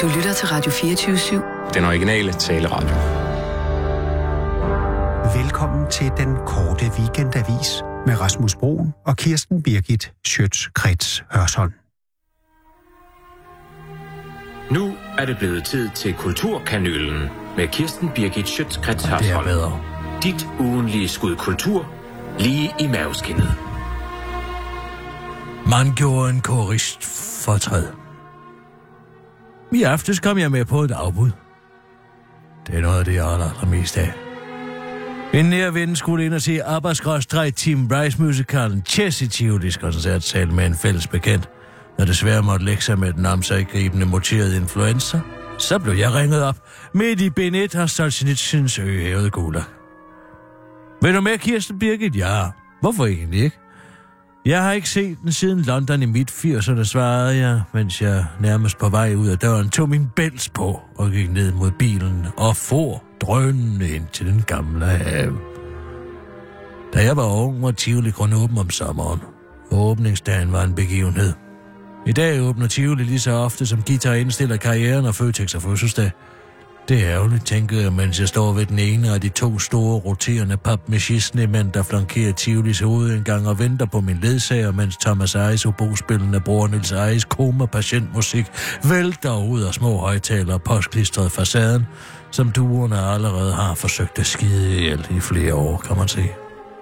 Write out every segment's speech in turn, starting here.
Du lytter til Radio 24/7. Den originale taleradio. Velkommen til den korte weekendavis med Rasmus Broen og Kirsten Birgit Schøtz-Krets Hørsholm. Nu er det blevet tid til Kulturkanylen med Kirsten Birgit Schøtz-Krets Hørsholm. Det er bedre. Dit ugenlige skud kultur, lige i maveskinnet. Man gjorde en korist fortræd. I aftes kom jeg med på et afbud. Det er noget af det, jeg holder mest af. En nær ven skulle ind og se Team Rice-musikalen Chess i Tivolis koncertsal med en fælles bekendt. Når desværre måtte lægge sig med den omsaggribende muteret influenza, så blev jeg ringet op midt i B1 af Solzhenitsyns øhævede gulag. Vil du med, Kirsten Birgit? Ja. Hvorfor egentlig ikke? Jeg har ikke set den siden London i midt-80'erne, svarede jeg, mens jeg nærmest på vej ud af døren tog min bæls på og gik ned mod bilen og for drønende ind til den gamle have. Da jeg var ung, var Tivoli kun åben om sommeren, og åbningsdagen var en begivenhed. I dag åbner Tivoli lige så ofte, som Guitar indstiller karrieren og Føtex og fødselsdag. Det er ærgerligt, tænkede jeg, mens jeg står ved den ene af de to store roterende papmaché-snemænd, der flankerer Tivolis hovedindgang og venter på min ledsager, mens Thomas Ejes obospillende bror Niels Ejes koma-patientmusik vælter ud af små højtalere påsklistret facaden, som duerne allerede har forsøgt at skide ihjel i flere år, kan man se.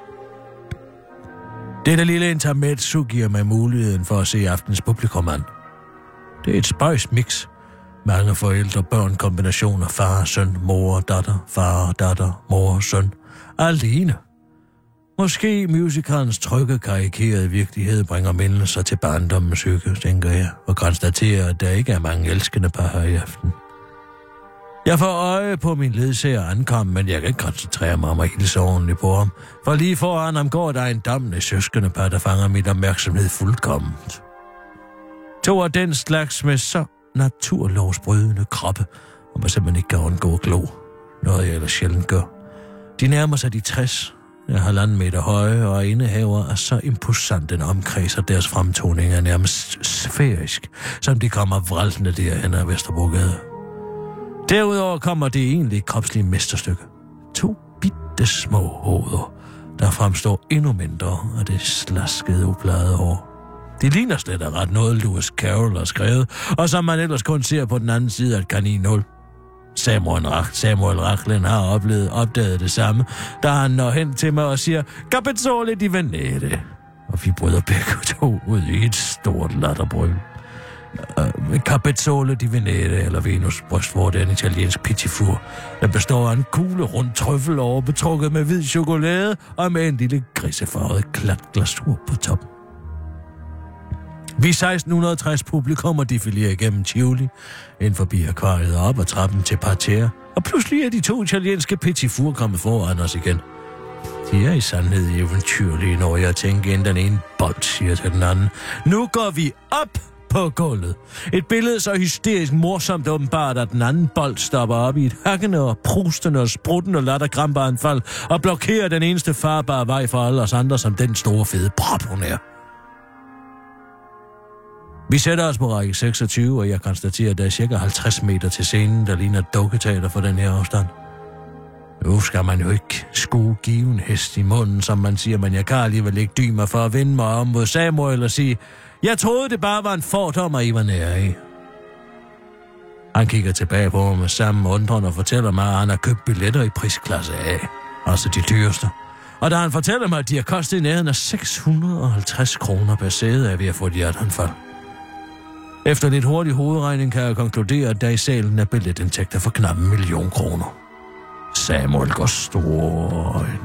Dette lille intermezzo giver mig muligheden for at se aftens publikum an. Det er et spøjs mix. Mange forældre, børn, kombinationer, far, søn, mor, datter, far, datter, mor, søn. Alene. Måske musicalens trygge karikerede virkelighed bringer mindelser til barndommens psyke, tænker jeg, og konstaterer, at der ikke er mange elskende par her i aften. Jeg får øje på min ledsager ankom, men jeg kan ikke koncentrere mig om at hilse ordentligt på ham, for lige foran ham går der en dammende søskende par, der fanger mit opmærksomhed fuldkomment. To af den slags med så naturlovsbrydende kroppe, og man simpelthen ikke kan undgå at glo. Noget jeg ellers sjældent gør. De nærmer sig de 60, er 1,5 meter høje, og indehaver er så imposant en omkreds, og deres fremtoning er nærmest sfærisk, som de kommer vraltende derhen af Vesterbrogade. Derudover kommer det egentlig kropslige mesterstykke. 2 bitte små hoveder, der fremstår endnu mindre af det slaskede uplejede hår. Det ligner slet og ret noget, Lewis Carroll har skrevet, og som man ellers kun ser på den anden side af et kaninhul. Samuel Rachlen har opdaget det samme, da han når hen til mig og siger, Capezzole di Venere. Og vi bryder begge to ud i et stort latterbrøl. Capezzole di Venere, eller Venus brystvorte, er en italiensk pittifur, der består af en kugle rundt trøffelår betrukket med hvid chokolade og med en lille grisefarvet klat glasur på toppen. Vi 1660 publikum og defilerer igennem Tivoli, ind forbi akvariet og op ad trappen til parterre, og pludselig er de 2 italienske pettifur kommet foran os igen. De er i sandhed eventyrlige, når jeg tænker ind den ene bold, siger til den anden. Nu går vi op på gulvet. Et billede så hysterisk morsomt åbenbart, at den anden bold stopper op i et hakkende og prustende og spruttende latterkrampeanfald og blokerer den eneste farbare vej for alle os andre, som den store fede prop hun er. Vi sætter os på række 26, og jeg konstaterer, at der er cirka 50 meter til scenen, der ligner et dukketeater for den her afstand. Nu skal man jo ikke skue give en hest i munden, som man siger, men jeg kan alligevel ikke dybe mig for at vende mig om mod Samuel og sige, jeg troede, det bare var en fordom, og I var nære i. Han kigger tilbage på mig med samme undren og fortæller mig, at han har købt billetter i prisklasse A, altså de dyreste. Og da han fortæller mig, at de har kostet i nærheden af 650 kroner per sæde, er ved at få et hjerteanfald. Efter lidt hurtig hovedregning kan jeg konkludere, at der i salen er billetindtægter for knap 1 million kroner. Samuel går store øjne.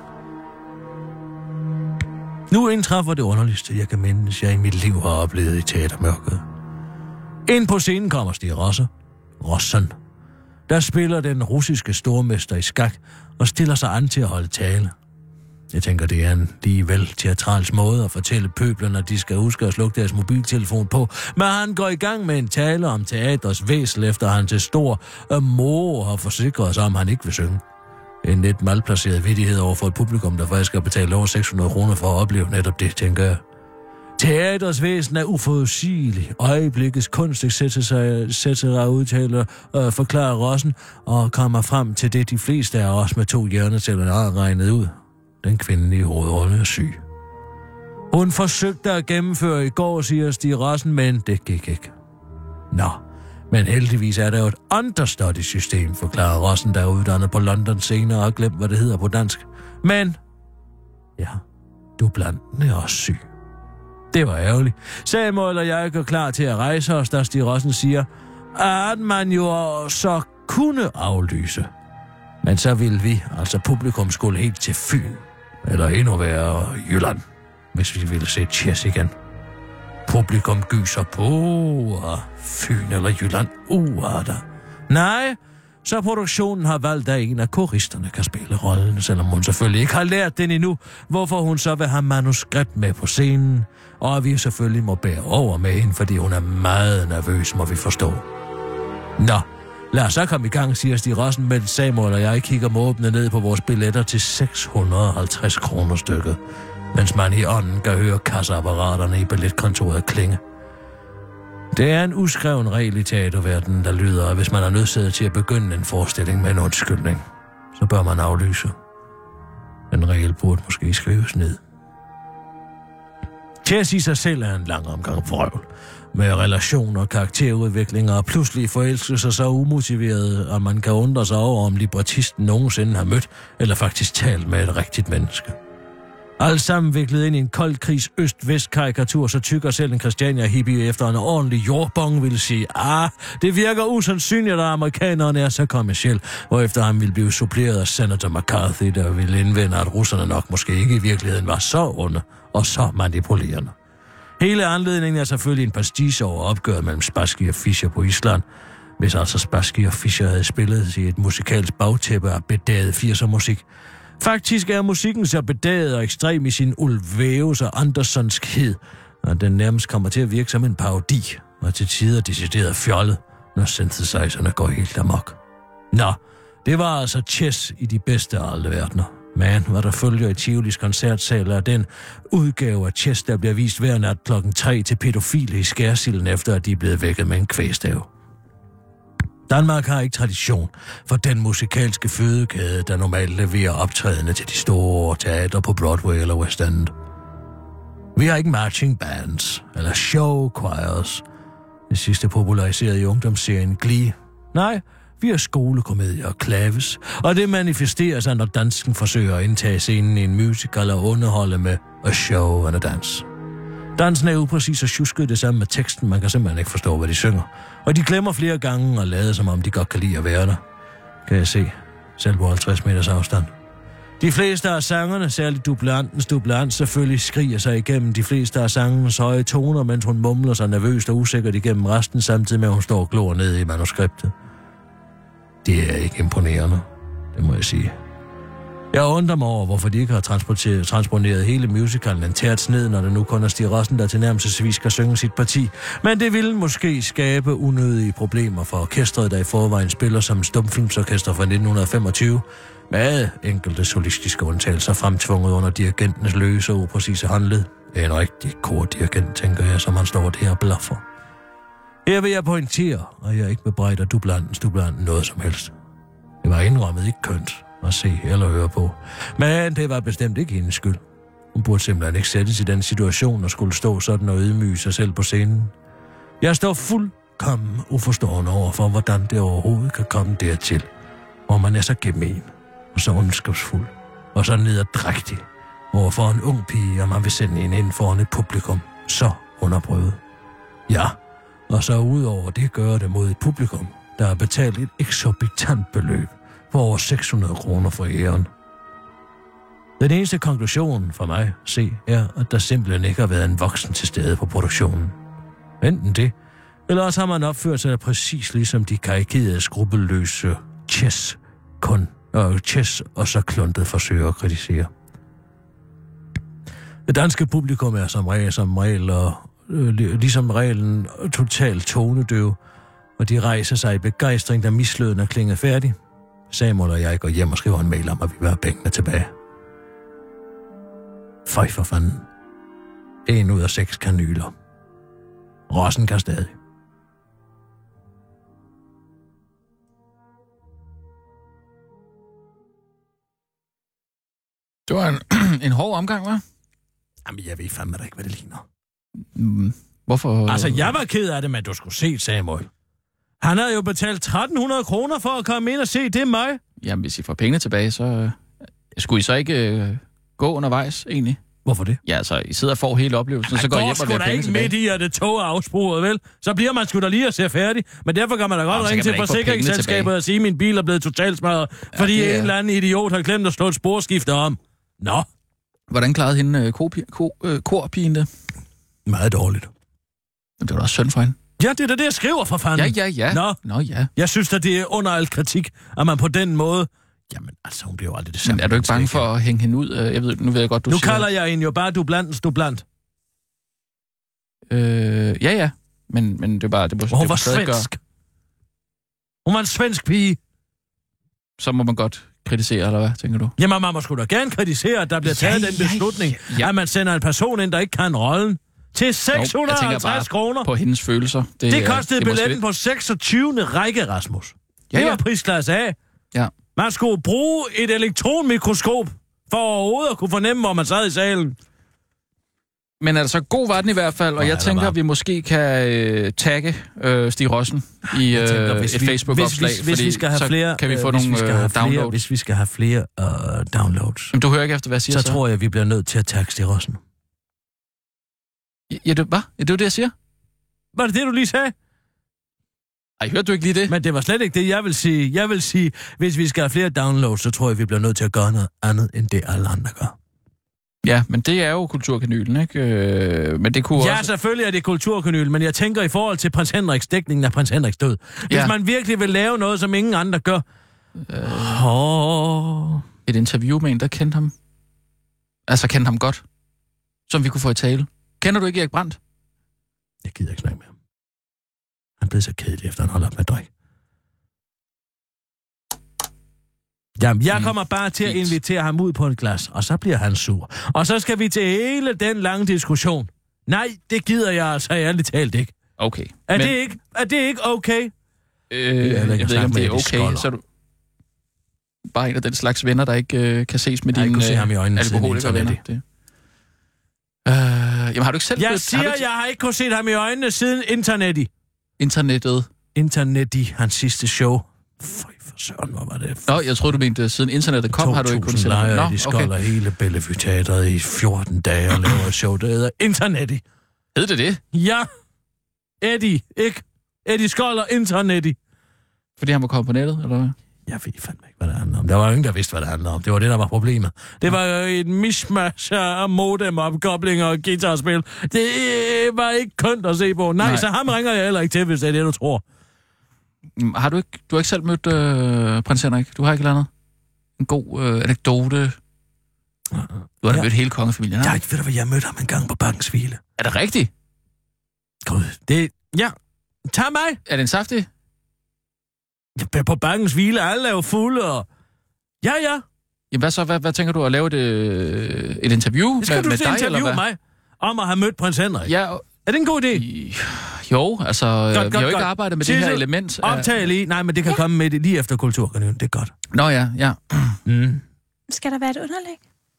Nu indtræffer det underligste, jeg kan mindes, jeg i mit liv har oplevet i teatermørket. Ind på scenen kommer Stig Rossen, der spiller den russiske stormester i skak og stiller sig an til at holde tale. Jeg tænker, det er en ligevel teatrals måde at fortælle pøblerne, at de skal huske at slukke deres mobiltelefon på. Men han går i gang med en tale om teatrets væsel, efter han til stor mor har forsikret sig om, han ikke vil synge. En lidt malplaceret vittighed over for et publikum, der faktisk skal betale over 600 kroner for at opleve netop det, tænker jeg. Teaters væsen er uforudsigelig. Øjeblikkets kunst sætter sig udtaler, forklarer Rossen, og kommer frem til det, de fleste af os med 2 hjerneceller har regnet ud. Den kvindelige hovedrolle er syg. Hun forsøgte at gennemføre i går, siger Stig Rossen, men det gik ikke. Nå, men heldigvis er der jo et understudy-system, forklarer Rossen, der er uddannet på London senere og har glemt, hvad det hedder på dansk. Men, ja, dublanten er også syg. Det var ærgerligt. Samuel og jeg går klar til at rejse os, da Stig Rossen siger, at man jo så kunne aflyse. Men så ville vi, altså publikum, skulle helt til Fyn, eller endnu værre Jylland, hvis vi ville se Chess igen. Publikum gyser på, Fyn eller Jylland, der. Nej, så produktionen har valgt, at en af koristerne kan spille rollen, selvom hun selvfølgelig ikke har lært den endnu, hvorfor hun så vil have manuskript med på scenen, og at vi selvfølgelig må bære over med hende, fordi hun er meget nervøs, må vi forstå. Nå, lad os så komme i gang, siger Stig Rossen, mens Samuel og jeg kigger måbende ned på vores billetter til 650 kroner stykket, mens man i ånden kan høre kasseapparaterne i billetkontoret klinge. Det er en uskreven regel i teaterverdenen, der lyder, at hvis man er nødsaget til at begynde en forestilling med en undskyldning, så bør man aflyse. Den regel burde måske skrives ned. Chess i sig selv er en lang omgang vrøvl, med relationer, karakterudviklinger og pludselig forelskelser så umotiveret, at man kan undre sig over, om librettisten nogensinde har mødt eller faktisk talt med et rigtigt menneske. Alt sammen viklet ind i en kold krigs øst-vest-karikatur, så tykker selv en Christiania-hippie efter en ordentlig jordbong ville sige, det virker usandsynligt, at amerikanerne er så kommerciel, hvorefter han ville blive suppleret af Senator McCarthy, der ville indvende, at russerne nok måske ikke i virkeligheden var så onde og så manipulerende. Hele anledningen er selvfølgelig en pastiche over opgøret mellem Spassky og Fischer på Island, hvis altså Spassky og Fischer havde spillet i et musikalsk bagtæppe af bedaget 80'er-musik. Faktisk er musikken så bedaget og ekstrem i sin Ulvaeus og Andersonskhed, at den nærmest kommer til at virke som en parodi, og til tider decideret fjollet, når synthesizerne går helt amok. Nå, det var altså Chess i de bedste af alle verdener. Men hvad der følger i Tivolis koncertsal er den udgave af Chess, der bliver vist hver nat 3:00 til pædofile i Skærsilden, efter at de er blevet vækket med en kvægstav. Danmark har ikke tradition for den musikalske fødekæde, der normalt leverer optrædende til de store teater på Broadway eller West End. Vi har ikke marching bands eller show choirs, det sidste populariseret i ungdomsserien Glee. Nej, vi har skolekomedier og klaves, og det manifesterer sig, når dansken forsøger at indtage scenen i en musical og underholde med a show and a dance. Dansen er upræcis og tjusket det samme med teksten, man kan simpelthen ikke forstå, hvad de synger. Og de glemmer flere gange og lader, som om de godt kan lide at være der. Kan jeg se, selv på 50 meters afstand. De fleste af sangerne, særligt dublantens dublant, selvfølgelig skriger sig igennem de fleste af sangens høje toner, mens hun mumler sig nervøst og usikkert igennem resten, samtidig med at hun står og glor ned i manuskriptet. Det er ikke imponerende, det må jeg sige. Jeg undrer mig over, hvorfor de ikke har transponeret hele musicalen en tærts ned, når det nu kun er Stig Rossen, der tilnærmelsesvis skal synge sit parti. Men det ville måske skabe unødige problemer for orkestret, der i forvejen spiller som en stumfilmsorkester fra 1925, med enkelte solistiske undtagelser fremtvunget under dirigentens løse og upræcise håndled. En rigtig kordirigent, tænker jeg, som han står der og blaffer. Her vil jeg pointere, og jeg ikke bebrejder dublanten noget som helst. Det var indrømmet ikke kønt at se eller høre på. Men det var bestemt ikke hendes skyld. Hun burde simpelthen ikke sættes i den situation og skulle stå sådan og ydmyge sig selv på scenen. Jeg står fuldkommen uforstående over for, hvordan det overhovedet kan komme dertil, hvor man er så gemen og så ondskabsfuld og så nederdrægtig overfor en ung pige, og man vil sende hende ind foran et publikum så underprøvet. Ja, og så udover det gør det mod et publikum, der har betalt et eksorbitant beløb på over 600 kroner for æren. Den eneste konklusion for mig er, at der simpelthen ikke har været en voksen til stede på produktionen. Enten det, eller også har man opført sig præcis ligesom de karikerede, skrupelløse Chess og så kluntet forsøger at kritisere. Det danske publikum er som regel og ligesom reglen totalt tonedøv, og de rejser sig i begejstring, da misløden er klinget færdig. Samuel og jeg går hjem og skriver en mail om, at vi vil have pengene tilbage. Føj for fanden. 1 ud af 6 kanyler. Rossen kan stadig. Det var en hård omgang, hva'? Jamen, jeg ved fandme da ikke, hvad det ligner. Hvorfor? Altså, jeg var ked af det, men du skulle se Samuel. Han havde jo betalt 1.300 kroner for at komme ind og se, det er mig. Jamen, hvis I får pengene tilbage, så... skulle I så ikke gå undervejs, egentlig? Hvorfor det? Ja, altså, I sidder og får hele oplevelsen, så går I hjem og vil have penge tilbage. midt i, at det tog er afsporet, vel? Så bliver man sgu da lige at se færdig. Men derfor kan man da godt ringe til forsikringsselskabet og sige, at min bil er blevet totalt smadret, fordi en eller anden idiot har glemt at slå et sporskifte om. Nå. Hvordan klarede hende korpigen det? Meget dårligt. Det var da også synd for hende. Ja, det er da det, jeg skriver for fanden. Ja. Nå, ja. Jeg synes at det er under al kritik, at man på den måde... Jamen, altså, hun bliver jo aldrig det samme. Men er du ikke bange for at hænge hende ud? Nu ved jeg godt, du siger... Nu kalder jeg hende jo bare dublant. Ja. Men det er bare... Hun var svensk. Hun var en svensk pige. Så må man godt kritisere, eller hvad, tænker du? Jamen, man må sgu da gerne kritisere, at der bliver taget den beslutning, at man sender en person ind, der ikke kan rollen, til 650 kroner. På hendes følelser. Det kostede billetten på 26. række, Rasmus. Det var prisklasse A. Ja. Man skulle bruge et elektronmikroskop for overhovedet at kunne fornemme, hvor man sad i salen. Men altså, god var den i hvert fald, og jeg tænker, at vi måske kan tagge Stig Rossen i et Facebook-opslag, hvis vi skal have flere, kan vi få nogle downloads. Hvis vi skal have flere downloads, men du hører ikke efter, hvad jeg siger så? Tror jeg, vi bliver nødt til at tagge Stig Rossen. Ja, det var det, jeg siger? Var det det, du lige sagde? Ej, hørte du ikke lige det? Men det var slet ikke det, jeg vil sige. Jeg vil sige, hvis vi skal have flere downloads, så tror jeg, vi bliver nødt til at gøre noget andet, end det alle andre gør. Ja, men det er jo kulturkanylen, ikke? Men det kunne også... Ja, selvfølgelig er det kulturkanylen, men jeg tænker i forhold til prins Henriks dækningen af prins Henriks død. Hvis man virkelig vil lave noget, som ingen andre gør... Et interview med en, der kendte ham. Altså, kendte ham godt. Som vi kunne få i tale. Kender du ikke Erik Brandt? Jeg gider ikke snakke med ham. Han blev så kedelig, efter han holdt op med at drikke. Jamen, jeg kommer bare til at invitere ham ud på et glas, og så bliver han sur. Og så skal vi til hele den lange diskussion. Nej, det gider jeg altså ærligt talt ikke. Okay. Er det ikke okay? Jeg ved ikke, om det er okay, så er du bare en af den slags venner, der ikke kan ses med dine alkoholikervenner. Jamen, har du ikke selv... Jeg har ikke kunnet se ham i øjnene siden internettet. Internettet, hans sidste show. Føj for søren, hvor var det? Nå, jeg troede, du mente, siden internettet kom, har du ikke kunnet se ham. Nå, de skolder hele Bellevue Teatret i 14 dage og laver et show, der hedder Internettet. Hed det? Ja. Eddie skolder Internettet. Fordi han var kommet på nettet, eller hvad? Jeg ved fandme ikke, hvad det handler om. Der var ingen, der vidste, hvad det handler om. Det var det, der var problemet. Det var jo et mishmash af modem-opkoblinger og guitarspil. Det var ikke kønt at se på. Nej, så ham ringer jeg heller ikke til, hvis det er det, du tror. Har du ikke selv mødt prins Henrik? Du har ikke andet? En god anekdote? Du har mødt hele kongefamilien, har? Ved du hvad, jeg mødte ham en gang på Bakkens Hvile. Er det rigtigt? Gud, ja. Tag mig! Er det en saftig? Ja, på Bakkens Hvile, alle er jo fulde, og... Ja. Jamen hvad så? Hvad tænker du at lave et interview med dig, eller hvad? Skal du interviewe mig om at have mødt prins Henrik? Ja. Er det en god idé? Jo, altså, vi har jo ikke arbejdet med det her element. Optag lige. Nej, men det kan komme med det lige efter kulturkanylen. Det er godt. Nå ja. Skal der være et underlæg?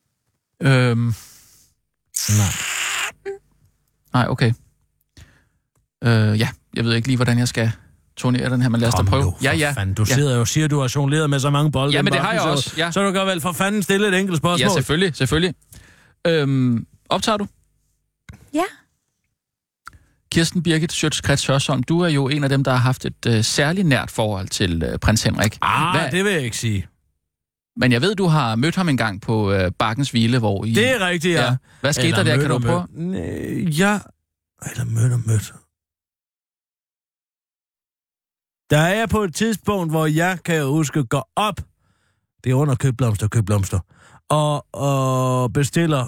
Nej. Nej, okay. Ja, jeg ved ikke lige, hvordan jeg skal turnere den her, men lad os da prøve. Fanden. Du sidder jo og siger, du har jongleret med så mange bolde. Ja, men det har jeg også. Ja. Så du kan vel for fanden stille et enkelt spørgsmål. Ja, selvfølgelig. Optager du? Ja. Kirsten Birgit Schiøtz-Kretz Hørsholm, du er jo en af dem, der har haft et særligt nært forhold til prins Henrik. Det vil jeg ikke sige. Men jeg ved, du har mødt ham en gang på Bakkens Hvile, hvor I... Det er rigtigt, ja. Hvad skete der der, kan du prøve? Ja, eller mødt. Der er jeg på et tidspunkt, hvor jeg, kan huske, går op. Det er under købblomster. Og bestiller...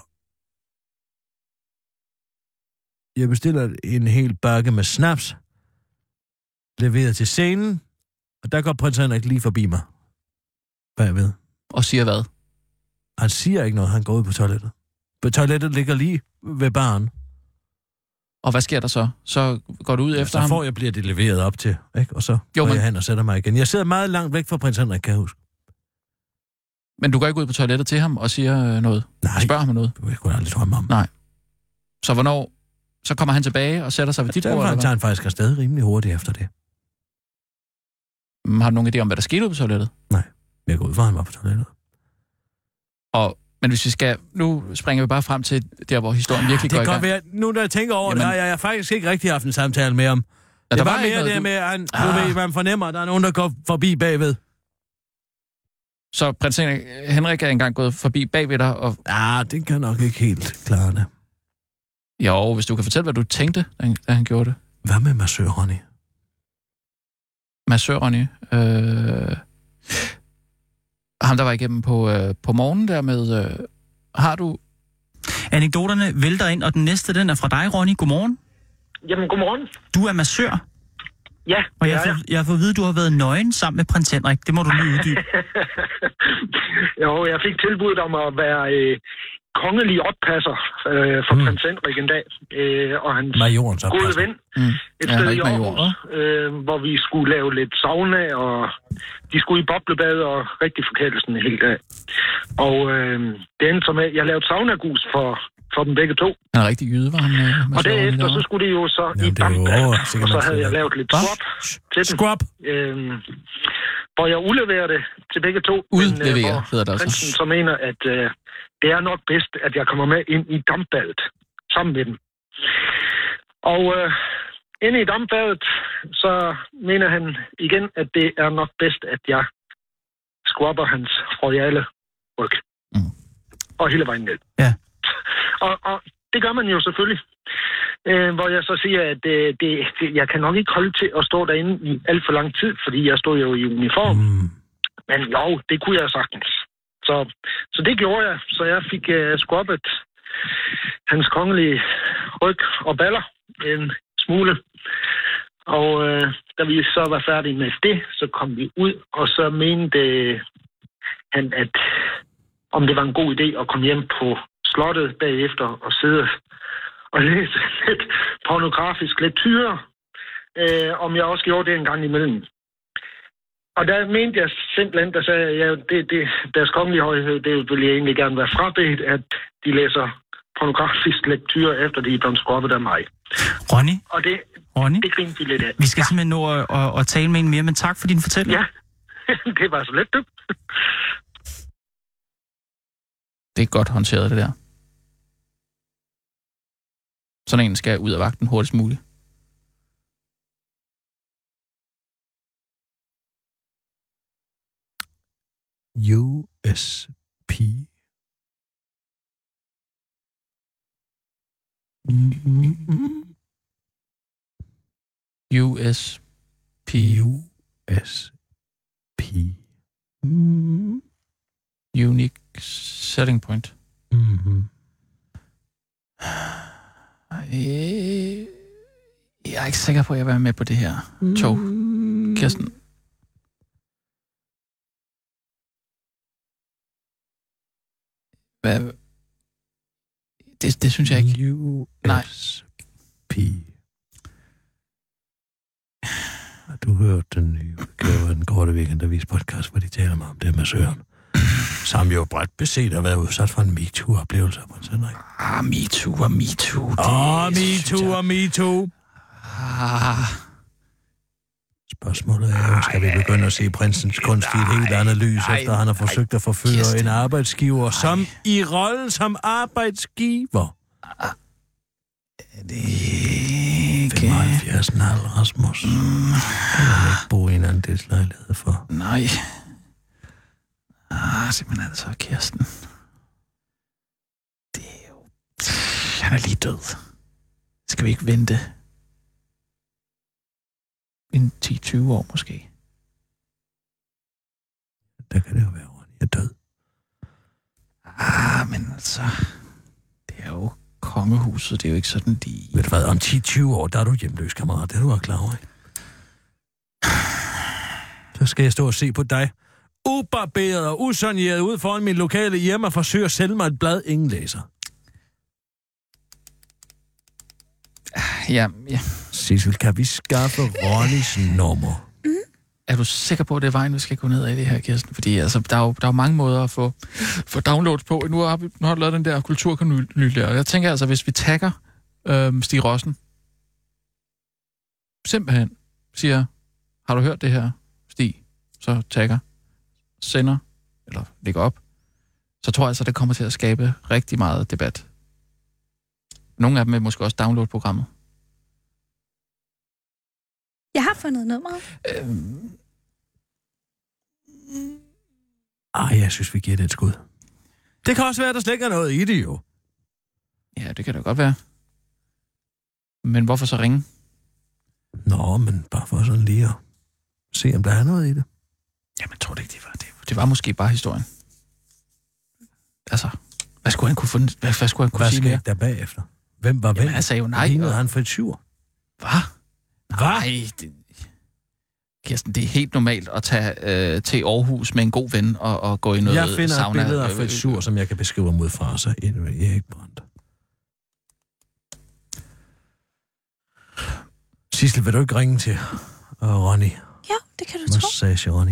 Jeg bestiller en hel bakke med snaps. Leveret til scenen. Og der går prins Henrik lige forbi mig. Bagved. Og siger hvad? Han siger ikke noget, han går ud på toilettet. Toilettet ligger lige ved baren. Og hvad sker der så? Så går du ud efter ham? Så får jeg bliver det leveret op til, ikke? Og så går jeg hen og sætter mig igen. Jeg sidder meget langt væk fra prins Henrik, kan jeg huske. Men du går ikke ud på toilettet til ham og siger noget? Nej. Spørger ham noget? Det kunne jeg aldrig drømme om. Nej. Så hvornår? Så kommer han tilbage og sætter sig ved dit bord? Derfor tager han faktisk afsted rimelig hurtigt efter det. Har du nogen idé om, hvad der skete ude på toilettet? Nej. Jeg går ud fra, han var på toilettet. Men hvis vi skal... Nu springer vi bare frem til der, hvor historien virkelig går i gang. Det kan godt være... Nu, når jeg tænker over det, har jeg faktisk ikke rigtig haft en samtale med ham. Det var mere det med, at du ved, man fornemmer, at der er nogen, der går forbi bagved. Så prins Henrik er engang gået forbi bagved dig, og... det kan nok ikke helt klare det. Jo, hvis du kan fortælle, hvad du tænkte, da han gjorde det. Hvad med massør Ronny? Massør Ronny? Ham, der var igennem på morgenen der med... har du... Anekdoterne vælter ind, og den næste, den er fra dig, Ronny. Godmorgen. Jamen, godmorgen. Du er massør. Ja, og jeg har fået at vide, at du har været nøgen sammen med prins Henrik. Det må du lige uddybe. Jo, jeg fik tilbuddet om at være kongelig oppasser for prins Henrik en dag. Og hans gode ven. Et sted i Aarhus, hvor vi skulle lave lidt sauna, og de skulle i boblebad og rigtig forkældelsen en hel dag. Og det endte som, at jeg lavede saunagus for dem begge to. Han er rigtig jyde, var han? Og derefter, så skulle det jo så i dampbad. Og så havde jeg lavet lidt swap til dem. Scrub? Hvor jeg udleverer det til begge to. Udleverer, hedder det altså. Prinsen så mener, at det er nok bedst, at jeg kommer med ind i dampbadet sammen med dem. Og inde i dampbadet, så mener han igen, at det er nok bedst, at jeg scrubber hans royale ryg. Og hele vejen ned. Ja. Og det gør man jo selvfølgelig. Hvor jeg så siger, at jeg kan nok ikke holde til at stå derinde i alt for lang tid, fordi jeg stod jo i uniform. Men jo, det kunne jeg sagtens. Så det gjorde jeg. Så jeg fik scrubbet hans kongelige ryg og baller en smule. Og da vi så var færdige med det, så kom vi ud, og så mente han, at om det var en god idé at komme hjem på slottet bagefter og sidde og læse lidt pornografisk lektyre, om jeg også gjorde det en gang imellem. Og der mente jeg simpelthen, der sagde jeg, deres kongelige højhed, det vil jeg egentlig gerne være frabedt, at de læser pornografisk lektyre, efter de er blevet skrubbet af mig. Ronny? Og det grinte vi lidt af. Vi skal simpelthen nå at tale med en mere, men tak for din fortælling. Ja, det var så let, du. Det er godt håndteret, det der. Sådan en skal ud af vagten hurtigst muligt. USP. USP. USP. Unique selling point. Jeg er ikke sikker på, at jeg vil være med på det her tog. Kirsten. Hvad? Det synes jeg ikke. USP. Har du hørt den nye udgave af Den Korte Weekendavis podcast, hvor de taler mig om det med Søren? Som jo bredt beset har været udsat for en MeToo-oplevelse på en Henrik. MeToo. MeToo. Spørgsmålet er jo, skal vi begynde at se prinsens kunst i et helt andet lys, efter han har forsøgt at forføre en arbejdsgiver, som i rollen som arbejdsgiver? Det er 75 nal, Rasmus. Kan man ikke bo i en andelslejlighed for? Nej. Simpelthen altså, Kirsten. Det er jo... Han er lige død. Skal vi ikke vente? En 10-20 år måske. Der kan det jo være, at jeg er død. Men altså... Det er jo kongehuset, det er jo ikke sådan, de... Ved du hvad, om 10-20 år, der er du hjemløs, kammerat. Det er du også klar over, ikke? Så skal jeg stå og se på dig, ubarberet og usonjeret ud foran min lokale hjem og forsøge at sælge mig et blad, ingen læser. Ja. Sissel, kan vi skaffe Ronnys nummer? Er du sikker på, at det er vejen, vi skal gå ned ad i det her, Kirsten? Fordi altså, der er jo mange måder at få downloads på. Nu har du lavet den der kulturkanal der, og jeg tænker altså, hvis vi tagger Stig Rossen, simpelthen siger, har du hørt det her, Stig? Så tagger, sender, eller lægger op. Så tror jeg altså, det kommer til at skabe rigtig meget debat. Nogle af dem vil måske også downloade programmet. Jeg har fundet nummeret. Jeg synes, vi giver det et skud. Det kan også være, at der slet ikke er noget i det, jo. Ja, det kan da godt være. Men hvorfor så ringe? Nå, men bare for sådan lige at se, om der er noget i det. Jamen, tror det ikke, det var måske bare historien. Altså, hvad skulle han kunne sige mere? Hvad skete der bagefter? Hvem var hvem? Jamen, han sagde jo nej. Lignede han Fritz Schur? Hvad? Nej, Kirsten, det er helt normalt at tage til Aarhus med en god ven og gå i noget sauna. Jeg finder et billede af Fritz Schur, som jeg kan beskrive ham ud fra, så Erik Brandt. Sissel, vil du ikke ringe til Ronny? Ja, det kan du tro. Massage Ronny.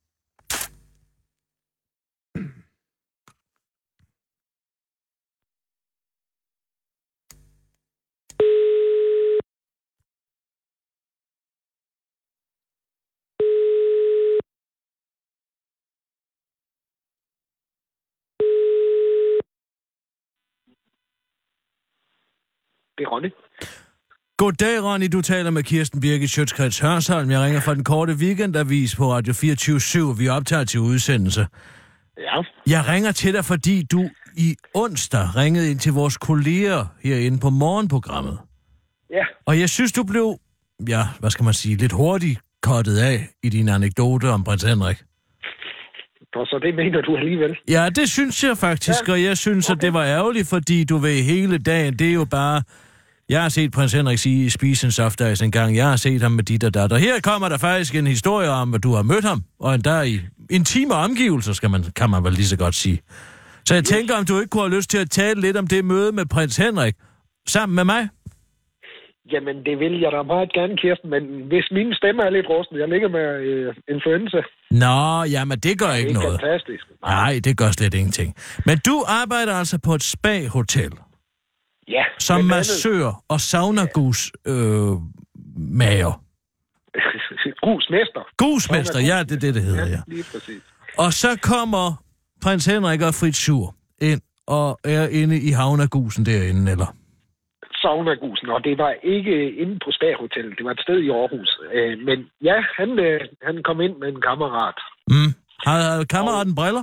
Det er Ronny. Goddag, Ronny. Du taler med Kirsten Birgit Schiøtz Hørsholm. Jeg ringer fra den korte weekendavis på Radio 24/7. Vi optager til udsendelse. Ja. Jeg ringer til dig, fordi du i onsdag ringede ind til vores kolleger herinde på morgenprogrammet. Ja. Og jeg synes, du blev, hvad skal man sige, lidt hurtigt kottet af i din anekdote om prins Henrik. Og så det mener du alligevel? Ja, det synes jeg faktisk, og jeg synes, at det var ærgerligt, fordi du ved hele dagen, det er jo bare... Jeg har set prins Henrik spise en softice en gang. Jeg har set ham med dit og dat. Og her kommer der faktisk en historie om, at du har mødt ham. Og endda i intime omgivelser, kan man vel lige så godt sige. Så jeg tænker, om du ikke kunne have lyst til at tale lidt om det møde med prins Henrik sammen med mig? Jamen, det vil jeg da meget gerne, Kirsten. Men hvis min stemme er lidt rusten, jeg ligger med influenza. Nå, jamen det gør ikke noget. Det er fantastisk. Nej, det gør slet ingenting. Men du arbejder altså på et spa-hotel. Ja. Som massør og saunagus mager. Gusmester. Gusmester, ja, det er det hedder, ja. Lige præcis. Og så kommer prins Henrik og Fritz Schur ind og er inde i havnagusen derinde, eller? Saunagusen, og det var ikke inde på Spa-hotellet. Det var et sted i Aarhus. Men ja, han kom ind med en kammerat. Havde kammeraten briller?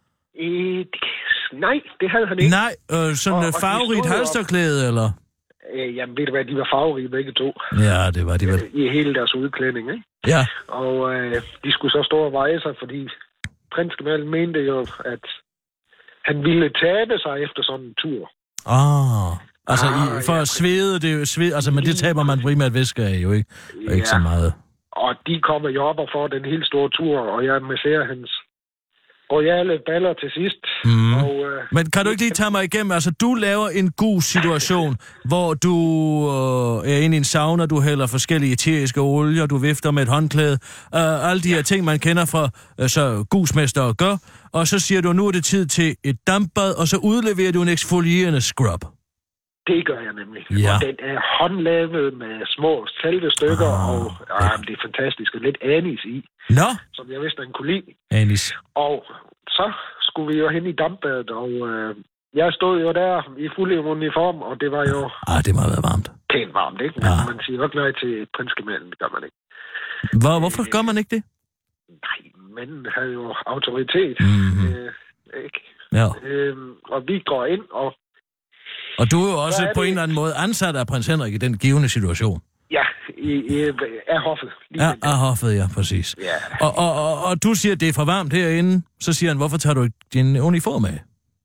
Nej, det havde han ikke. Nej, sådan et farverigt halsterklæde, eller? Jamen, ved du hvad, de var farverige begge to. Ja, det var de vel. I hele deres udklædning, ikke? Ja. Og de skulle så stå og veje sig, fordi prinskemalen mente jo, at han ville tabe sig efter sådan en tur. Altså for at svede, altså, men det taber man primært væske af, jo ikke? Og ikke så meget. Og de kommer jo op og får den helt store tur, og jeg masserer hans royale baller til sidst. Og, men kan du ikke lige tage mig igennem? Altså, du laver en god situation, hvor du er inde i en sauna, du hælder forskellige eteriske olier, du vifter med et håndklæde, alle de her ting, man kender fra så gusmester gør, og så siger du, nu er det tid til et dampbad, og så udleverer du en eksfolierende scrub. Det gør jeg nemlig. Ja. Og den er håndlavet med små salvestykker, og det er fantastisk, og lidt anis i. Nå? Som jeg vidste, han kunne lide. Anis. Og så skulle vi jo hen i dampbadet, og jeg stod jo der i fuld uniform, og det var jo... det må have været varmt. Pænt varmt, ikke? Men man siger jo ikke nej til prinskemalen, det gør man ikke. Hvorfor gør man ikke det? Nej, manden havde jo autoritet. Ikke? Ja. Og vi går ind, og du er jo også på en eller anden måde ansat af prins Henrik i den givende situation. Ja, af hoffet. Af hoffet, ja, præcis. Ja. Og du siger, at det er for varmt herinde. Så siger han, hvorfor tager du ikke din uniform af?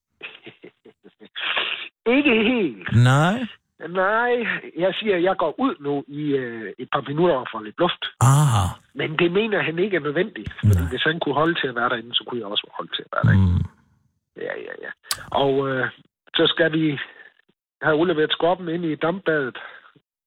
Ikke helt. Nej, jeg siger, at jeg går ud nu i et par minutter for lidt luft. Men det mener han ikke er nødvendigt. Fordi hvis han kunne holde til at være derinde, så kunne jeg også holde til at være derinde. Ja. Og så skal vi have udleveret skubben ind i dampbadet.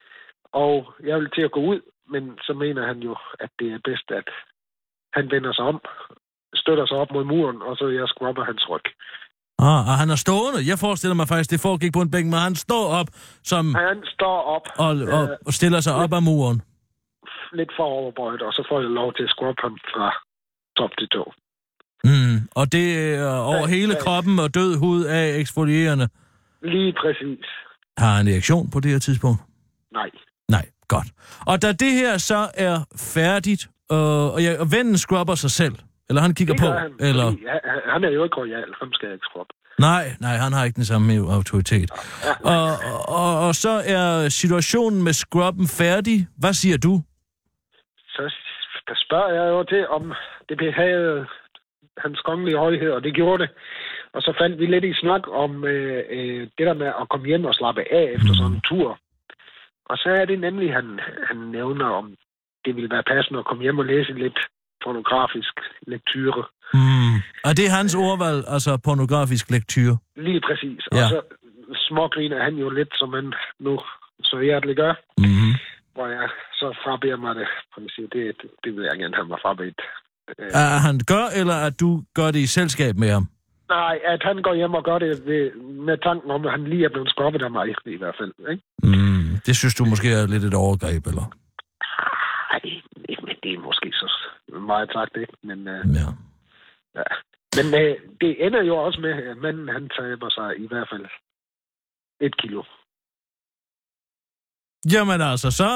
Og jeg vil til at gå ud, men så mener han jo, at det er bedst, at han vender sig om, støtter sig op mod muren, og så jeg scrubber hans ryg. Og han er stående. Jeg forestiller mig faktisk, det foregik på en bænk, men han står op som... Han står op. Og stiller sig op ad muren. Lidt for overbøjet, og så får jeg lov til at scrubbe ham fra top til tå. Og det er over hele kroppen og død hud af eksfolierende. Lige præcis. Har han erektion på det her tidspunkt? Nej, godt. Og da det her så er færdigt, og vennen scrubber sig selv, eller han kigger på, han, eller... Han er jo ikke royal, ham skal jeg ikke scrubbe. Nej, han har ikke den samme autoritet. Og så er situationen med scrubben færdig. Hvad siger du? Så spørger jeg jo til, om det behagede hans kongelige højhed, og det gjorde det. Og så fandt vi lidt i snak om det der med at komme hjem og slappe af efter sådan en tur. Og så er det nemlig, han nævner, om det ville være passende at komme hjem og læse lidt pornografisk lektyre. Og det er hans ordvalg, altså pornografisk lektyre? Lige præcis. Ja. Og så smågriner han jo lidt, som han nu så hjerteligt gør. Hvor jeg så frabeder mig det. Det vil jeg gerne have mig frabedt. At han gør, eller at du gør det i selskab med ham? Nej, at han går hjem og gør det med tanken om, at han lige er blevet skubbet af mig, i hvert fald. Ikke? Det synes du måske er lidt et overgreb, eller? Nej, det er måske så meget sagt, ikke? Men, ja. Men det ender jo også med, at manden han taber sig i hvert fald 1 kilo. Jamen altså, så...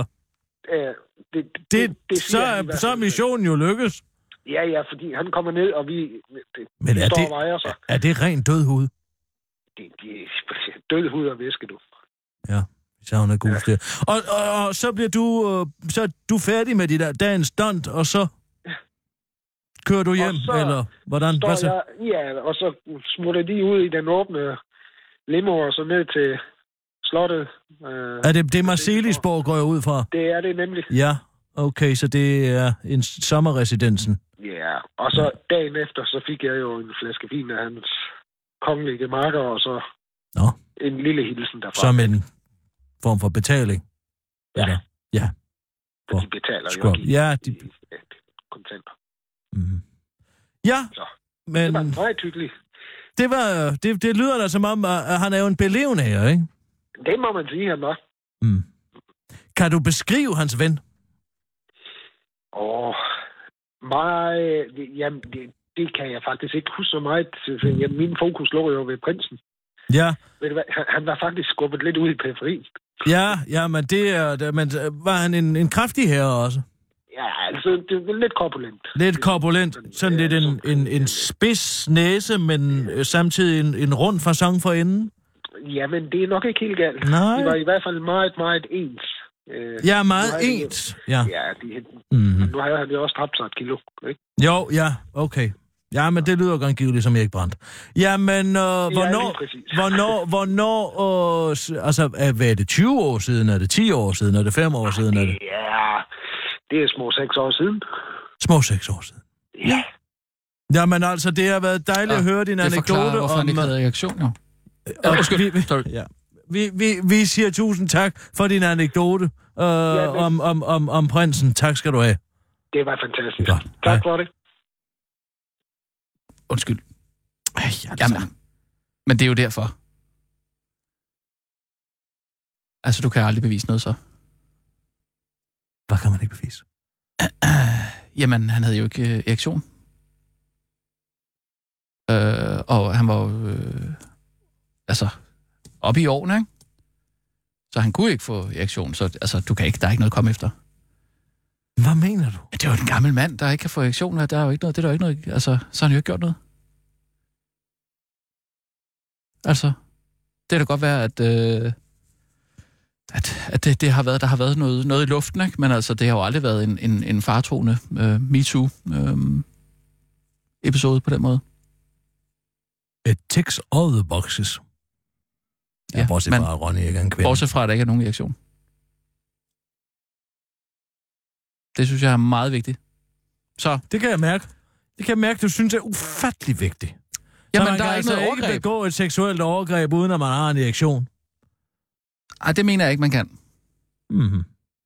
Så er missionen jo lykkes. Ja, fordi han kommer ned, og vi står og vejer sig. Er det rent død hud? Det er død hud og væske, du. Ja, så hun er god til. Og så bliver så er du færdig med de dagens stunt, og så kører du hjem, eller hvordan? Og så smutter de ud i den åbne limo, og så ned til slottet. Er det Marselisborg, går jeg ud fra? Det er det nemlig. Ja, okay, så det er en sommerresidensen. Ja, og så dagen efter, så fik jeg jo en flaske vin af hans kongelige marker, og så en lille hilsen derfra. Som en form for betaling? Ja. Eller? Ja. For de betaler jo ikke de kontanter. Ja, så. Men... Det var meget hyggeligt. Det lyder da som om, at han er jo en belevende her, ikke? Det må man sige, han var. Kan du beskrive hans ven? Jamen, det kan jeg faktisk ikke huske så meget. Min fokus lå jo ved prinsen. Ja. Ved du hvad? Han var faktisk skubbet lidt ud i periferien. Ja, men men var han en kraftig herre også? Ja, altså, det var lidt korpulent. Lidt korpulent. Sådan lidt en spids næse, men samtidig en rund facon for enden? Jamen, det er nok ikke helt galt. Nej. Det var i hvert fald meget, meget ens. Meget ens. Ja. Nu har han jo også tabt sig 1 kilo, ikke? Jo, ja, okay. Ja, men det lyder godt givet som Erik Brandt. Jamen, hvornår, altså, hvad er det, 20 år siden? Er det 10 år siden? Er det 5 år siden? Er det? Ja, det er små 6 år siden. Små 6 år siden? Ja. Jamen altså, det har været dejligt at høre din anekdote. Det forklarer, hvorfor han ikke havde reaktion, jo. Vi siger tusind tak for din anekdote om prinsen. Tak skal du have. Det var fantastisk. Godt. Tak for det. Undskyld. Jamen, men det er jo derfor. Altså, du kan aldrig bevise noget så. Hvad kan man ikke bevise? Jamen, han havde jo ikke erektion. Og han var jo... oppe i årene, ikke? Så han kunne ikke få erektion, så der er ikke noget at komme efter. Hvad mener du? Ja, det er jo en gammel mand, der ikke kan få erektion, og der er jo ikke noget, det er der jo ikke noget, så har han jo ikke gjort noget. Altså, det kan da godt være, at det har været, der har været noget i luften, ikke? Men altså, det har jo aldrig været en fartroende MeToo episode på den måde. It ticks all the boxes. Ja, bortset fra, at Ronny ikke er en kvinde. Bortset fra, at der ikke er nogen reaktion. Det synes jeg er meget vigtigt. Så. Det kan jeg mærke. Det kan jeg mærke, du synes er ufattelig vigtigt. Jamen, så man der kan er ikke noget overgreb. ikke begå et seksuelt overgreb, uden at man har en reaktion. Ej, det mener jeg ikke, man kan. Mm-hmm.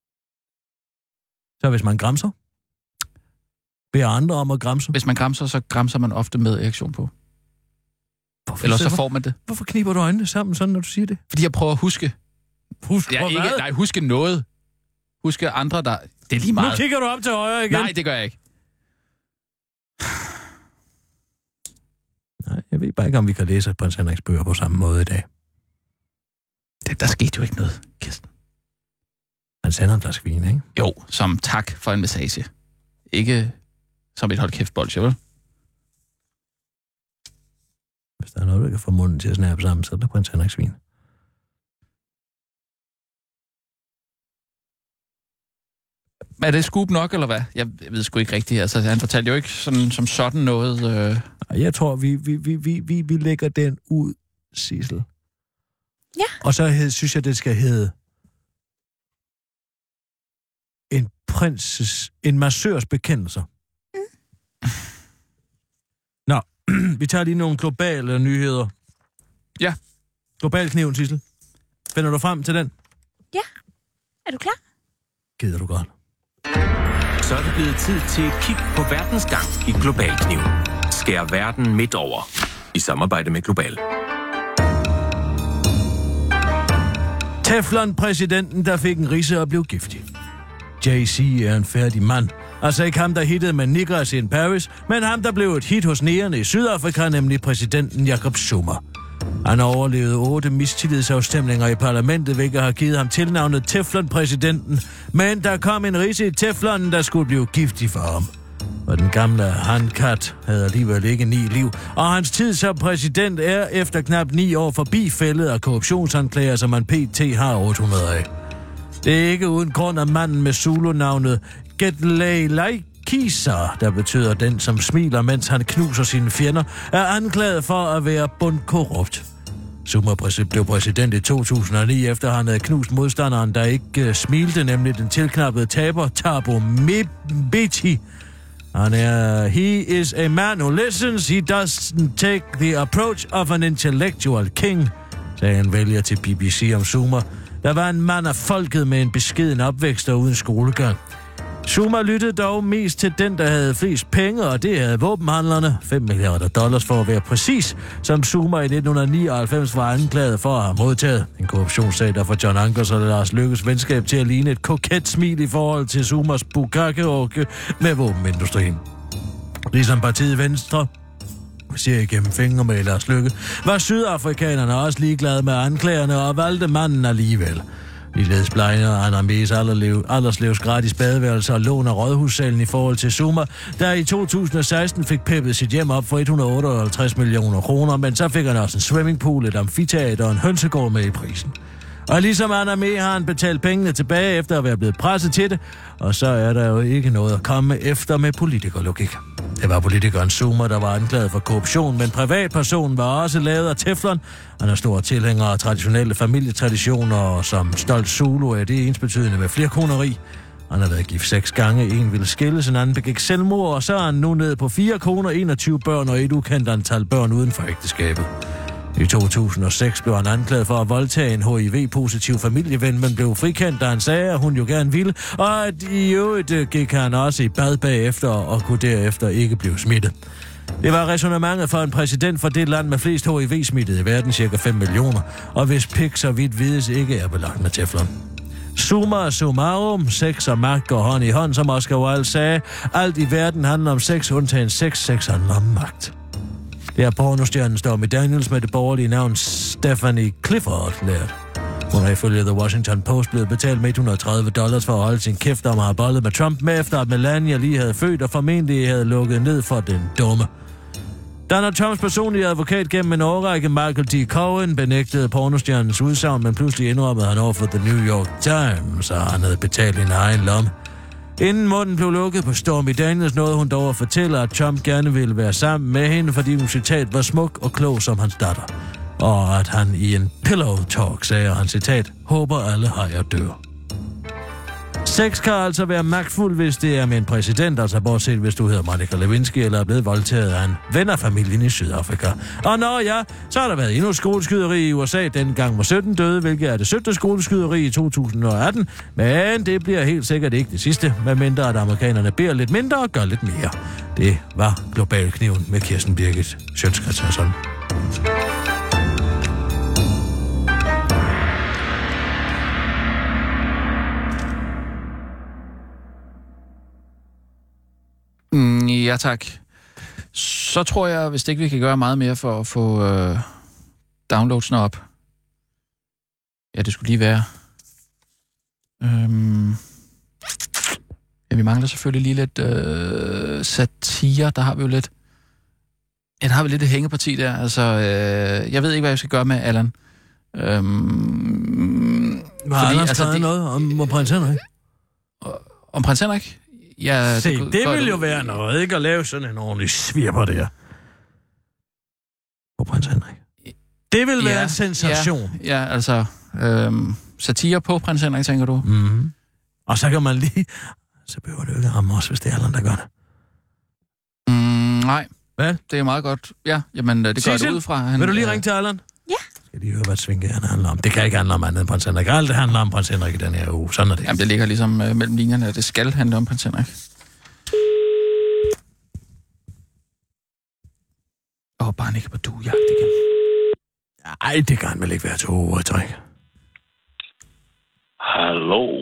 Så hvis man gramser? Beder andre om at gramse? Hvis man gramser, så gramser man ofte med erektion på. Hvorfor, Eller så får man det. Hvorfor kniber du øjnene sammen sådan, når du siger det? Fordi jeg prøver at huske. Huske Huske noget. Huske andre, der... Det er lige meget. Nu kigger du op til højre igen. Nej, det gør jeg ikke. Nej, jeg ved bare ikke, om vi kan læse Prins Henriks bøger på samme måde i dag. Der skete jo ikke noget, Kirsten. Han sender en flaske vin, ikke? Jo, som tak for en massage. Ikke som et hold kæft bolsje, vel? Hvis der er noget, der kan få munden til at snappe sammen, så er det Prins Henriks vin. Er det scoop nok, eller hvad? Jeg ved sgu ikke rigtigt. Altså, han fortalte jo ikke sådan noget... Jeg tror, vi lægger den ud, Sissel. Ja. Og så synes jeg, det skal hedde en massørs bekendelser. Nå, vi tager lige nogle globale nyheder. Ja. Globalkniven, Sissel. Finder du frem til den? Ja. Er du klar? Gider du godt. Så er det blevet tid til et kig på verdens gang i Globalkniv. Skær verden midt over. I samarbejde med Global. Teflon-præsidenten, der fik en ridse og blev giftig. Jay-Z er en færdig mand. Altså ikke ham, der hittede med Niggas in Paris, men ham, der blev et hit hos negerne i Sydafrika, nemlig præsidenten Jacob Zuma. Han overlevede 8 mistillidsafstemninger i parlamentet, hvilket har givet ham tilnavnet Teflon-præsidenten. Men der kom en ridse i Teflonen, der skulle blive giftig for ham. Og den gamle handkat havde alligevel ikke 9 liv, og hans tid som præsident er efter knap 9 år forbi fældet af korruptionsanklager, som man pt. har 800 af. Det er ikke uden grund af manden med Zulu-navnet Gedley Kisa, der betyder den, som smiler, mens han knuser sine fjender, er anklaget for at være bundkorrupt. Zuma blev præsident i 2009, efter han havde knust modstanderen, der ikke smilte, nemlig den tilknappede taber Thabo Mbeki. He is a man who listens, he doesn't take the approach of an intellectual king, sagde en vælger til BBC om Zuma. Der var en mand af folket med en beskeden opvækst og uden skolegang. Zuma lyttede dog mest til den, der havde flest penge, og det havde våbenhandlerne. $5 milliarder for at være præcis, som Zuma i 1999 var anklaget for at have modtaget. En korruptionssag, der får John Ankers og Lars Løkkes venskab til at ligne et koket smil i forhold til Zumas bukkake med våbenindustrien. Ligesom partiet Venstre ser igennem fingre med Lars Løkke, var sydafrikanerne også ligeglade med anklagerne og valgte manden alligevel. Ligeledes blegner Anna-Mies Alderslevs gratis badeværelse og lån af rådhussalen i forhold til Zuma, der i 2016 fik peppet sit hjem op for 158 millioner kroner, men så fik han også en swimmingpool, et amfiteater og en hønsegård med i prisen. Og ligesom Anna-Mies har han betalt pengene tilbage efter at være blevet presset til det, og så er der jo ikke noget at komme efter med politikerlogik. Det var politikeren Zuma, der var anklaget for korruption, men privatpersonen var også lavet af teflon. Han er stor tilhænger af traditionelle familietraditioner, og som stolt Zulu er det ensbetydende med flerkoneri. Han har været gift 6 gange, en ville skilles, en anden begik selvmord, og så er han nu nede på 4 koner, 21 børn og et ukendt antal børn uden for ægteskabet. I 2006 blev han anklaget for at voldtage en HIV-positiv familieven, men blev frikendt, da han sagde, at hun jo gerne ville, og at i øvrigt gik han også i bad bagefter og kunne derefter ikke blive smittet. Det var ræsonnementet for en præsident for det land med flest HIV-smittede i verden, cirka 5 millioner, og hvis pik så vidt vides ikke er belagt med teflon. Summa summarum, sex og magt går hånd i hånd, som Oscar Wilde sagde. Alt i verden handler om sex, undtagen sex handler om magt. Det er pornostjernen Stormy Daniels med det borgerlige navn Stephanie Clifford lært. Hun har ifølge The Washington Post blevet betalt med $130 for at holde sin kæft om at have bollet med Trump, med efter at Melania lige havde født og formentlig havde lukket ned for den dumme. Donald Trumps personlige advokat gennem en årrække, Michael D. Cohen, benægtede pornostjernens udsagn, men pludselig indrømmede han over for The New York Times, og han havde betalt en egen lomme. Inden munden blev lukket på Stormy Daniels, nåede hun dog at fortælle, at Trump gerne ville være sammen med hende, fordi hun citat var smuk og klog som hans datter. Og at han i en pillow talk sagde, han citat, håber alle hajer dør. Sex kan altså være magtfuld, hvis det er med en præsident, altså bortset hvis du hedder Monica Lewinsky eller er blevet voldtaget af en ven af familien i Sydafrika. Og når ja, så har der været endnu skoleskyderi i USA. Dengang var 17 døde, hvilket er det 17. skoleskyderi i 2018. Men det bliver helt sikkert ikke det sidste, medmindre at amerikanerne beder lidt mindre og gør lidt mere. Det var Globalkniven med Kirsten Birgit Sjøtskrets Hørsholm. Ja, tak. Så tror jeg, hvis ikke vi kan gøre meget mere for at få downloadsene op. Ja, det skulle lige være. Ja, vi mangler selvfølgelig lige lidt satire. Der har vi jo lidt... Ja, der har vi lidt et hængeparti der. Altså, jeg ved ikke, hvad jeg skal gøre med Allan. Har Allan skrevet noget om prins Henrik? Om prins Henrik? Ja, se, det vil jo være noget, ikke? At lave sådan en ordentlig svirper der. På prins Henrik. Det vil være en sensation. Ja, altså... satire på prins Henrik, tænker du? Mm-hmm. Og så kan man lige... Så behøver det jo ikke ramme os, hvis det er Allan, der gør det. Nej. Hvad? Det er meget godt. Ja, jamen, det går det ud fra. Vil du lige ringe til Allan? Ja. Skal lige høre, hvad svingerne handler om. Det kan ikke handle om andet end prins Henrik. Alt det handler om prins Henrik i den her uge. Sådan er det. Jamen, det ligger ligesom mellem linjerne, at det skal handle om prins Henrik. Bare han ikke på duejagt igen. Ej, det kan vel ikke være 2 uger i træk. Hallo.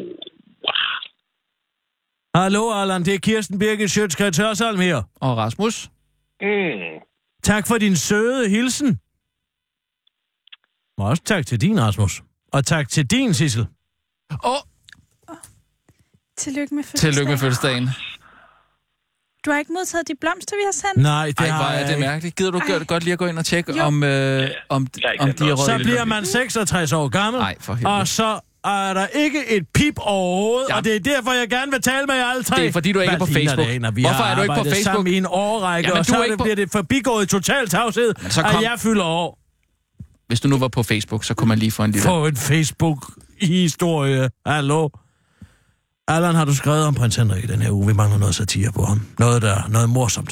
Hallo, Allan. Det er Kirsten Birgit Sjøtskrets Hørsholm her. Og Rasmus. Tak for din søde hilsen. Og også tak til din, Rasmus. Og tak til din, Sissel. Tillykke med fødselsdagen. Tillykke med fødselsdagen. Du har ikke modtaget de blomster, vi har sendt? Nej, det har jeg ikke. Det er mærkeligt. Gider du godt lige at gå ind og tjekke, om de er røde? Så bliver man 66 år gammel, og så er der ikke et pip overhovedet, og det er derfor, jeg gerne vil tale med jer alle tre. Det er fordi, du ikke er på Facebook. Hvorfor er du ikke på Facebook? Sammen i en årrække, og så bliver det forbigået i total tavshed, at jeg fylder år. Hvis du nu var på Facebook, så kunne man lige få en lille... Få en Facebook-historie. Hallo? Allan, har du skrevet om prins Henrik i den her uge? Vi mangler noget satire på ham. Noget morsomt.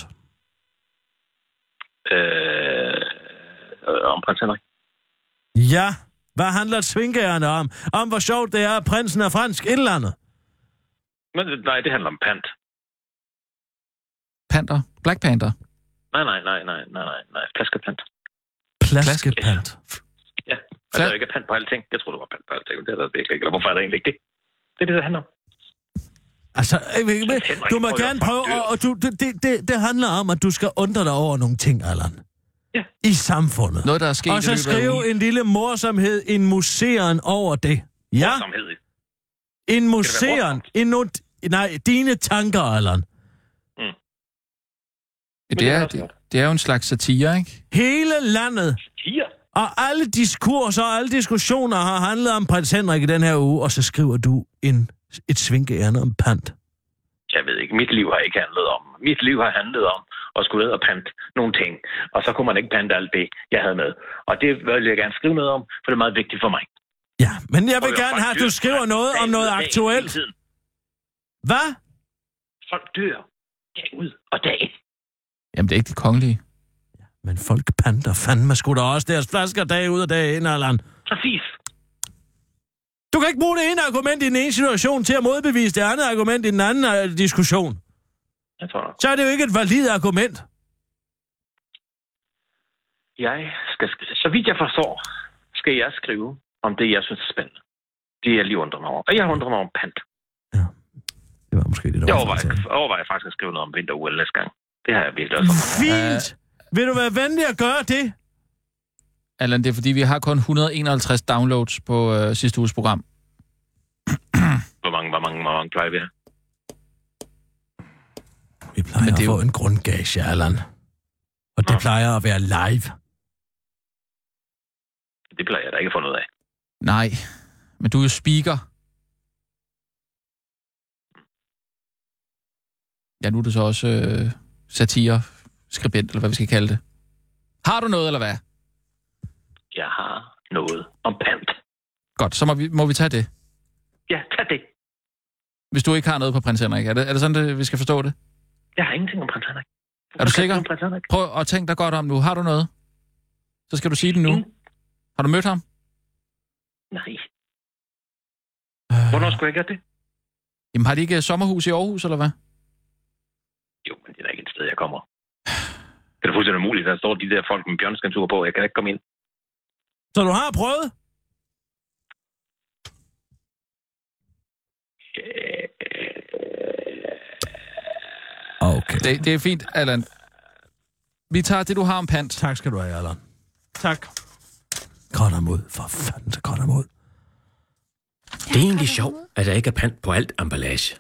Om prins Henrik? Ja. Hvad handler svingærende om? Om hvor sjovt det er, at prinsen er fransk indlandet? Men, nej, det handler om pant. Panter? Black Panther? Nej. Flaskepant. Flaskepant? Ja, der er jo ikke pant på alting. Jeg tror, det var pant på alting. Det er der virkelig ikke. Eller hvorfor er der egentlig ikke det? Det er det, der handler om. Altså, du må gerne prøve, og det handler om, at du skal undre dig over nogle ting, Allan. Ja. I samfundet. Noget, der er sket. Og så skrive en lille morsomhed, en museren over det. Ja? Morsomhed? En museren. Nej, dine tanker, Allan. Det er jo en slags satire, ikke? Hele landet. Satire? Og alle diskurser og alle diskussioner har handlet om prins Henrik i den her uge, og så skriver du et svinkeærne om pant. Jeg ved ikke, mit liv har ikke handlet om. Mit liv har handlet om at skulle ned og pante nogle ting. Og så kunne man ikke pante alt det, jeg havde med. Og det vil jeg gerne skrive noget om, for det er meget vigtigt for mig. Ja, men jeg vil gerne have, at du skriver noget om noget aktuelt. Hvad? Folk dør dag ud og dag. Jamen, det er ikke det kongelige. Men folk panter fandme sgu da også deres flasker dag ud og dag ind, Allan. Præcis. Du kan ikke bruge det ene argument i den ene situation til at modbevise det andet argument i den anden diskussion. Jeg tror. Så er det jo ikke et validt argument. Så vidt jeg forstår, skal jeg skrive om det, jeg synes er spændende. Det jeg lige undrer mig over. Og jeg undrer mig om pant. Ja, det var måske lidt overvejet. Jeg overvejer faktisk at skrive noget om vinter-OL næste gang. Det har jeg virkelig også. Fint! Vil du være venlig at gøre det? Allan, det er fordi, vi har kun 151 downloads på sidste uges program. Hvor mange plejer vi her? Vi plejer at få en grundgage, Allan. Og det plejer at være live. Det plejer jeg da ikke at få noget af. Nej, men du er jo speaker. Ja, nu er du så også satire-skribent, eller hvad vi skal kalde det. Har du noget, eller hvad? Jeg har noget om pant. Godt, så må vi tage det. Ja, tag det. Hvis du ikke har noget på prins Henrik. Er det sådan, vi skal forstå det? Jeg har ingenting om prins Henrik. Er du sikker? Prøv at tænke dig godt om nu. Har du noget? Så skal du sige det nu. Har du mødt ham? Nej. Hvornår skulle jeg gøre det? Jamen, har de ikke sommerhus i Aarhus, eller hvad? Jo, men det er da ikke et sted, jeg kommer. Det er da fuldstændig umuligt. Der står de der folk med bjørnskantur på. Jeg kan ikke komme ind. Så du har prøvet? Okay. Det er fint, Allan. Vi tager det, du har om pant. Tak skal du have, Allan. Tak. Godt imod. For fanden, så godt imod. Det er egentlig sjovt, at der ikke er pant på alt emballage.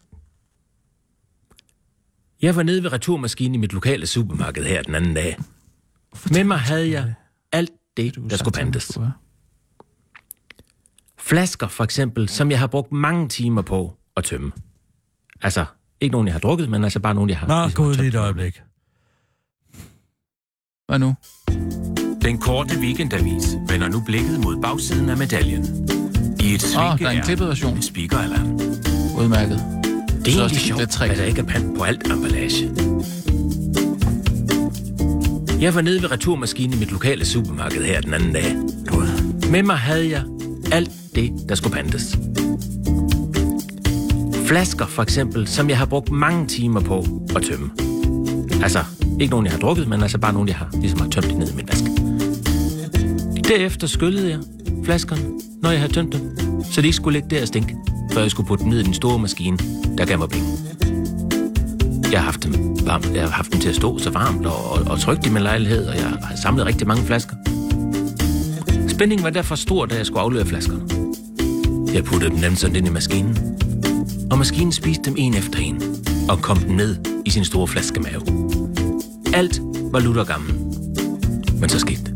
Jeg var nede ved returmaskinen i mit lokale supermarked her den anden dag. Med mig havde jeg alt det, der skulle pantes. Flasker for eksempel, som jeg har brugt mange timer på at tømme. Altså, ikke nogen, jeg har drukket, men altså bare nogen, jeg har... Nå, gå ud lige et øjeblik. Hvad nu? Den korte weekendavis vender nu blikket mod bagsiden af medaljen. I et svinke der er en klippet version. Med speaker Allan. Udmærket. Det er egentlig sjovt, at der ikke er pant på alt emballage. Jeg var nede ved returmaskinen i mit lokale supermarked her den anden dag. Med mig havde jeg alt det, der skulle pantes. Flasker for eksempel, som jeg har brugt mange timer på at tømme. Altså, ikke nogen, jeg har drukket, men altså bare nogen, jeg har tømt ned i min vask. Derefter skyllede jeg flaskerne, når jeg havde tømt dem, så de ikke skulle ligge der og stinke, før jeg skulle putte dem ned i den store maskine, der gav mig penge. Jeg har haft dem varmt. Jeg har haft dem til at stå så varmt og trygt i min lejlighed, og jeg har samlet rigtig mange flasker. Spændingen var derfor stor, da jeg skulle aflevere flaskerne. Jeg puttede dem nemt sådan ind i maskinen, og maskinen spiste dem en efter en, og kom dem ned i sin store flaskemave. Alt var lutter gammel. Men så skete det.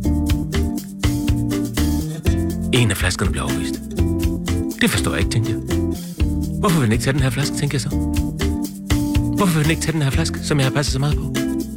En af flaskerne blev afvist. Det forstår jeg ikke, tænkte jeg. Hvorfor vil den ikke tage den her flaske, tænkte jeg så? Hvorfor vil den ikke tage den her flaske, som jeg har passet så meget på?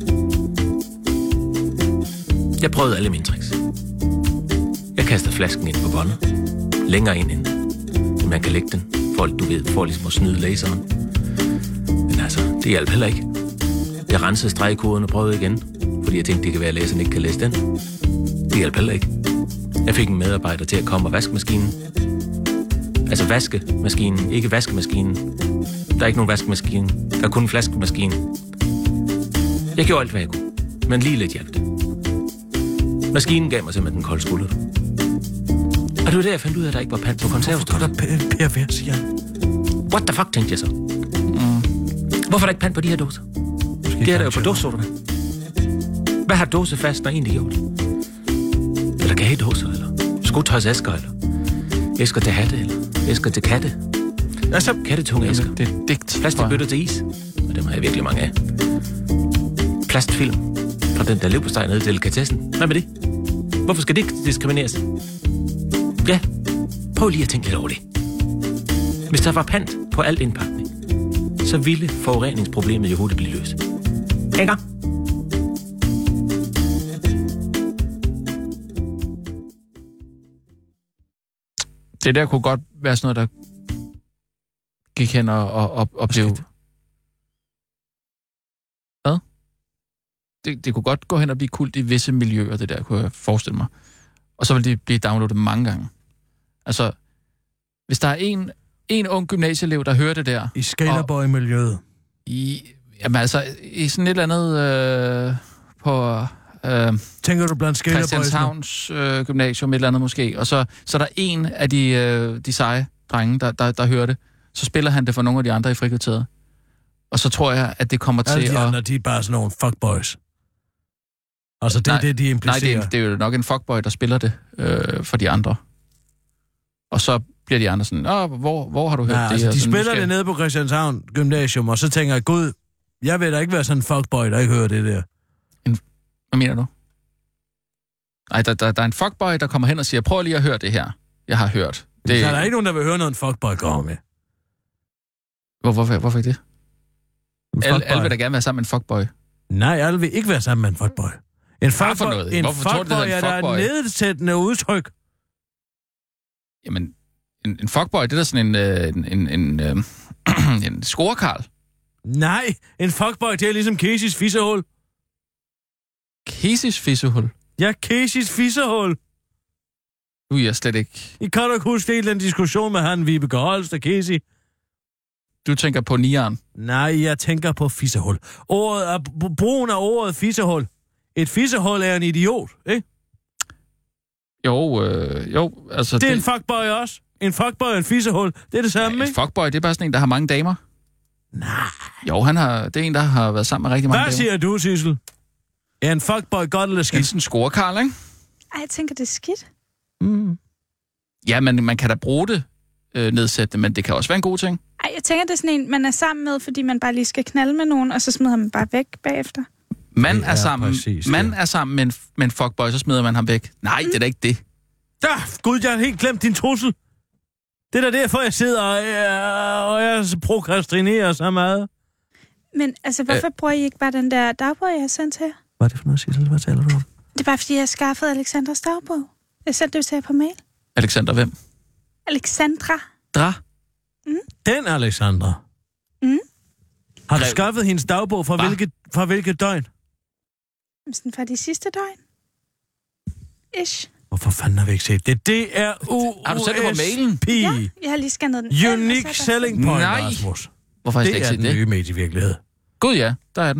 Jeg prøvede alle mine tricks. Jeg kastede flasken ind på båndet. Længere ind, end man kan lægge den, for ligesom at snyde laseren. Men altså, det hjalp heller ikke. Jeg rensede stregkoden og prøvede igen, fordi jeg tænkte, det kan være, at læseren ikke kan læse den. Det hjalp heller ikke. Jeg fik en medarbejder til at komme og vaske maskinen. Altså vaskemaskinen, ikke vaskemaskinen. Der er ikke nogen vaskemaskine. Der er kun en flaskemaskine. Jeg gjorde alt, hvad jeg kunne, men lige lidt hjalp det. Maskinen gav mig simpelthen den kolde skulder. Og det var der, jeg fandt ud af, at der ikke var pant på konservesdåser. Hvorfor går der Per, siger han? What the fuck, tænkte jeg så. Hvorfor er der ikke pant på de her dåser? Det er der jo på dåsesodavand. Hvad har dåsefastner egentlig gjort? Eller kagedåser, eller skotøjsæsker, eller æsker til hatte, eller æsker til katte. Altså, kattetunge æsker. Det er digt. Plastikbøtter til is. Og dem har jeg virkelig mange af. Plastfilm. Fra den der leverpostej nede til delikatessen. Hvad med det? Hvorfor skal det ikke diskrimineres? Ja, prøv lige at tænke lidt over det. Hvis der var pant på alt indpakning, så ville forureningsproblemet jo hurtigt blive løst. En gang. Det der kunne godt være sådan noget, der gik hen og blev... Hvad? Det kunne godt gå hen og blive kult i visse miljøer, det der, kunne jeg forestille mig. Og så vil det blive downloadet mange gange. Altså, hvis der er en ung gymnasieelev, der hører det der... I Skaterboy-miljøet. Jamen altså, i sådan et eller andet på... Tænker du blandt Skaterboys? Christianshavns gymnasium, et eller andet måske. Og så er der en af de seje drenge, der hører det. Så spiller han det for nogle af de andre i frikvarteret. Og så tror jeg, at det kommer til at... Alle de er bare sådan nogle fuckboys. Altså, det er det, de implicerer. Nej, det er jo nok en fuckboy, der spiller det for de andre. Og så bliver de andre sådan, hvor har du hørt det? Altså, de sådan, spiller det nede på Christianshavn Gymnasium, og så tænker jeg, gud, jeg vil da ikke være sådan en fuckboy, der ikke hører det der. Hvad mener du? Nej, der er en fuckboy, der kommer hen og siger, prøv lige at høre det her, jeg har hørt. Det... Så er der ikke nogen, der vil høre noget, en fuckboy kommer med. Hvorfor ikke det? Alle vil da gerne være sammen med en fuckboy. Nej, alle vil ikke være sammen med en fuckboy. En fuckboy er der et nedsættende udtryk. Jamen, en fuckboy, det er da sådan En scorekarl. Nej, en fuckboy, det er ligesom Casey's fissehul. Casey's fissehul? Ja, Casey's fissehul. Nu er jeg slet ikke... I kan da ikke huske hele den diskussion med han Vibeke Holst og Casey. Du tænker på nieren? Nej, jeg tænker på fissehul. Brugen af ordet fissehul. Et fissehul er en idiot, ikke? Jo, altså... Det er en fuckboy også. En fuckboy og en fissehul. Det er det samme, ikke? En fuckboy, det er bare sådan en, der har mange damer. Nej. Jo, det er en, der har været sammen med rigtig mange damer. Hvad siger du, Sissel? Er en fuckboy godt eller skidt? Det er sådan en scorekarl, ikke? Ej, jeg tænker, det er skidt. Ja, men man kan da bruge det nedsætte, men det kan også være en god ting. Ej, jeg tænker, det er sådan en, man er sammen med, fordi man bare lige skal knalde med nogen, og så smider man bare væk bagefter. Man er sammen med en fuckboy, så smider man ham væk. Nej, det er da ikke det. Gud, jeg har helt glemt din trussel. Det er da derfor, jeg sidder og jeg prokrastinerer så meget. Men altså, hvorfor bruger I ikke bare den der dagbog, jeg har sendt til jer? Hvad er det for noget, Sissel? Hvad taler du om? Det er bare, fordi jeg har skaffet Alexandras dagbog. Jeg sendte det til jer på mail. Alexander hvem? Alexandra. Den Alexandra? Har du skaffet hendes dagbog fra hvilket døgn? Sådan fra de sidste døgn. Ish. Hvorfor fanden har vi ikke set det? Det er Har du sendt det på mailen? Ja, jeg har lige scannet den. Unique selling point, Rasmus. Hvorfor har jeg ikke set det? Det er den nye medievirkelighed. Gud ja, der er den.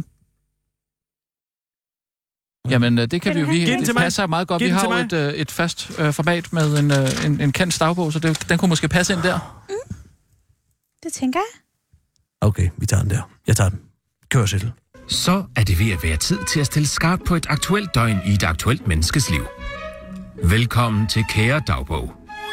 Jamen, det kan vi jo lige... Det passer meget godt. Vi har jo et fast format med en kendt dagbog, så den kunne måske passe ind der. Det tænker jeg. Okay, vi tager den der. Jeg tager den. Kør, Sissel. Så er det ved at være tid til at stille skarpt på et aktuelt døgn i et aktuelt menneskes liv. Velkommen til Kære Dagbog.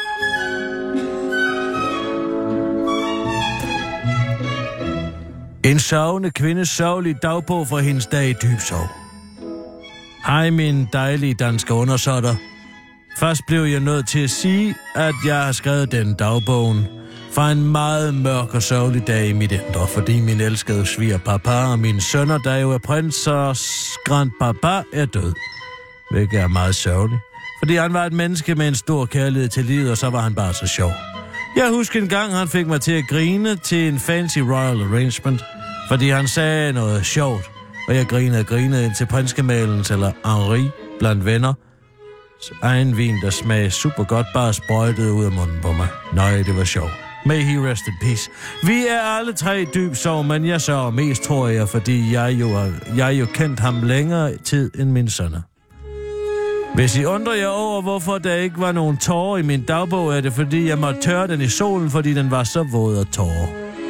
En sovende kvindes sørgelige dagbog fra hendes dag i dyb sorg. Hej, min dejlige danske undersåtter. Først blev jeg nødt til at sige, at jeg har skrevet den dagbogen fra en meget mørk og sørgelig dag i mit indre, fordi min elskede svigerpapa og mine sønner, der jo er prins og grandpapa, er død. Hvilket er meget sørgeligt, fordi han var et menneske med en stor kærlighed til livet, og så var han bare så sjov. Jeg husker en gang, han fik mig til at grine til en fancy royal arrangement, fordi han sagde noget sjovt, og jeg grinede indtil prinsgemalens eller Henri blandt venner. Egen vin, der smagde super godt, bare sprøjtede ud af munden på mig. Nej, det var sjovt. May he rest in peace. Vi er alle tre dyb sorg, men jeg sørger mest, tror jeg, fordi jeg jo kendt ham længere tid end min sønner. Hvis I undrer jer over, hvorfor der ikke var nogen tårer i min dagbog, er det fordi, jeg måtte tørre den i solen, fordi den var så våd af tårer.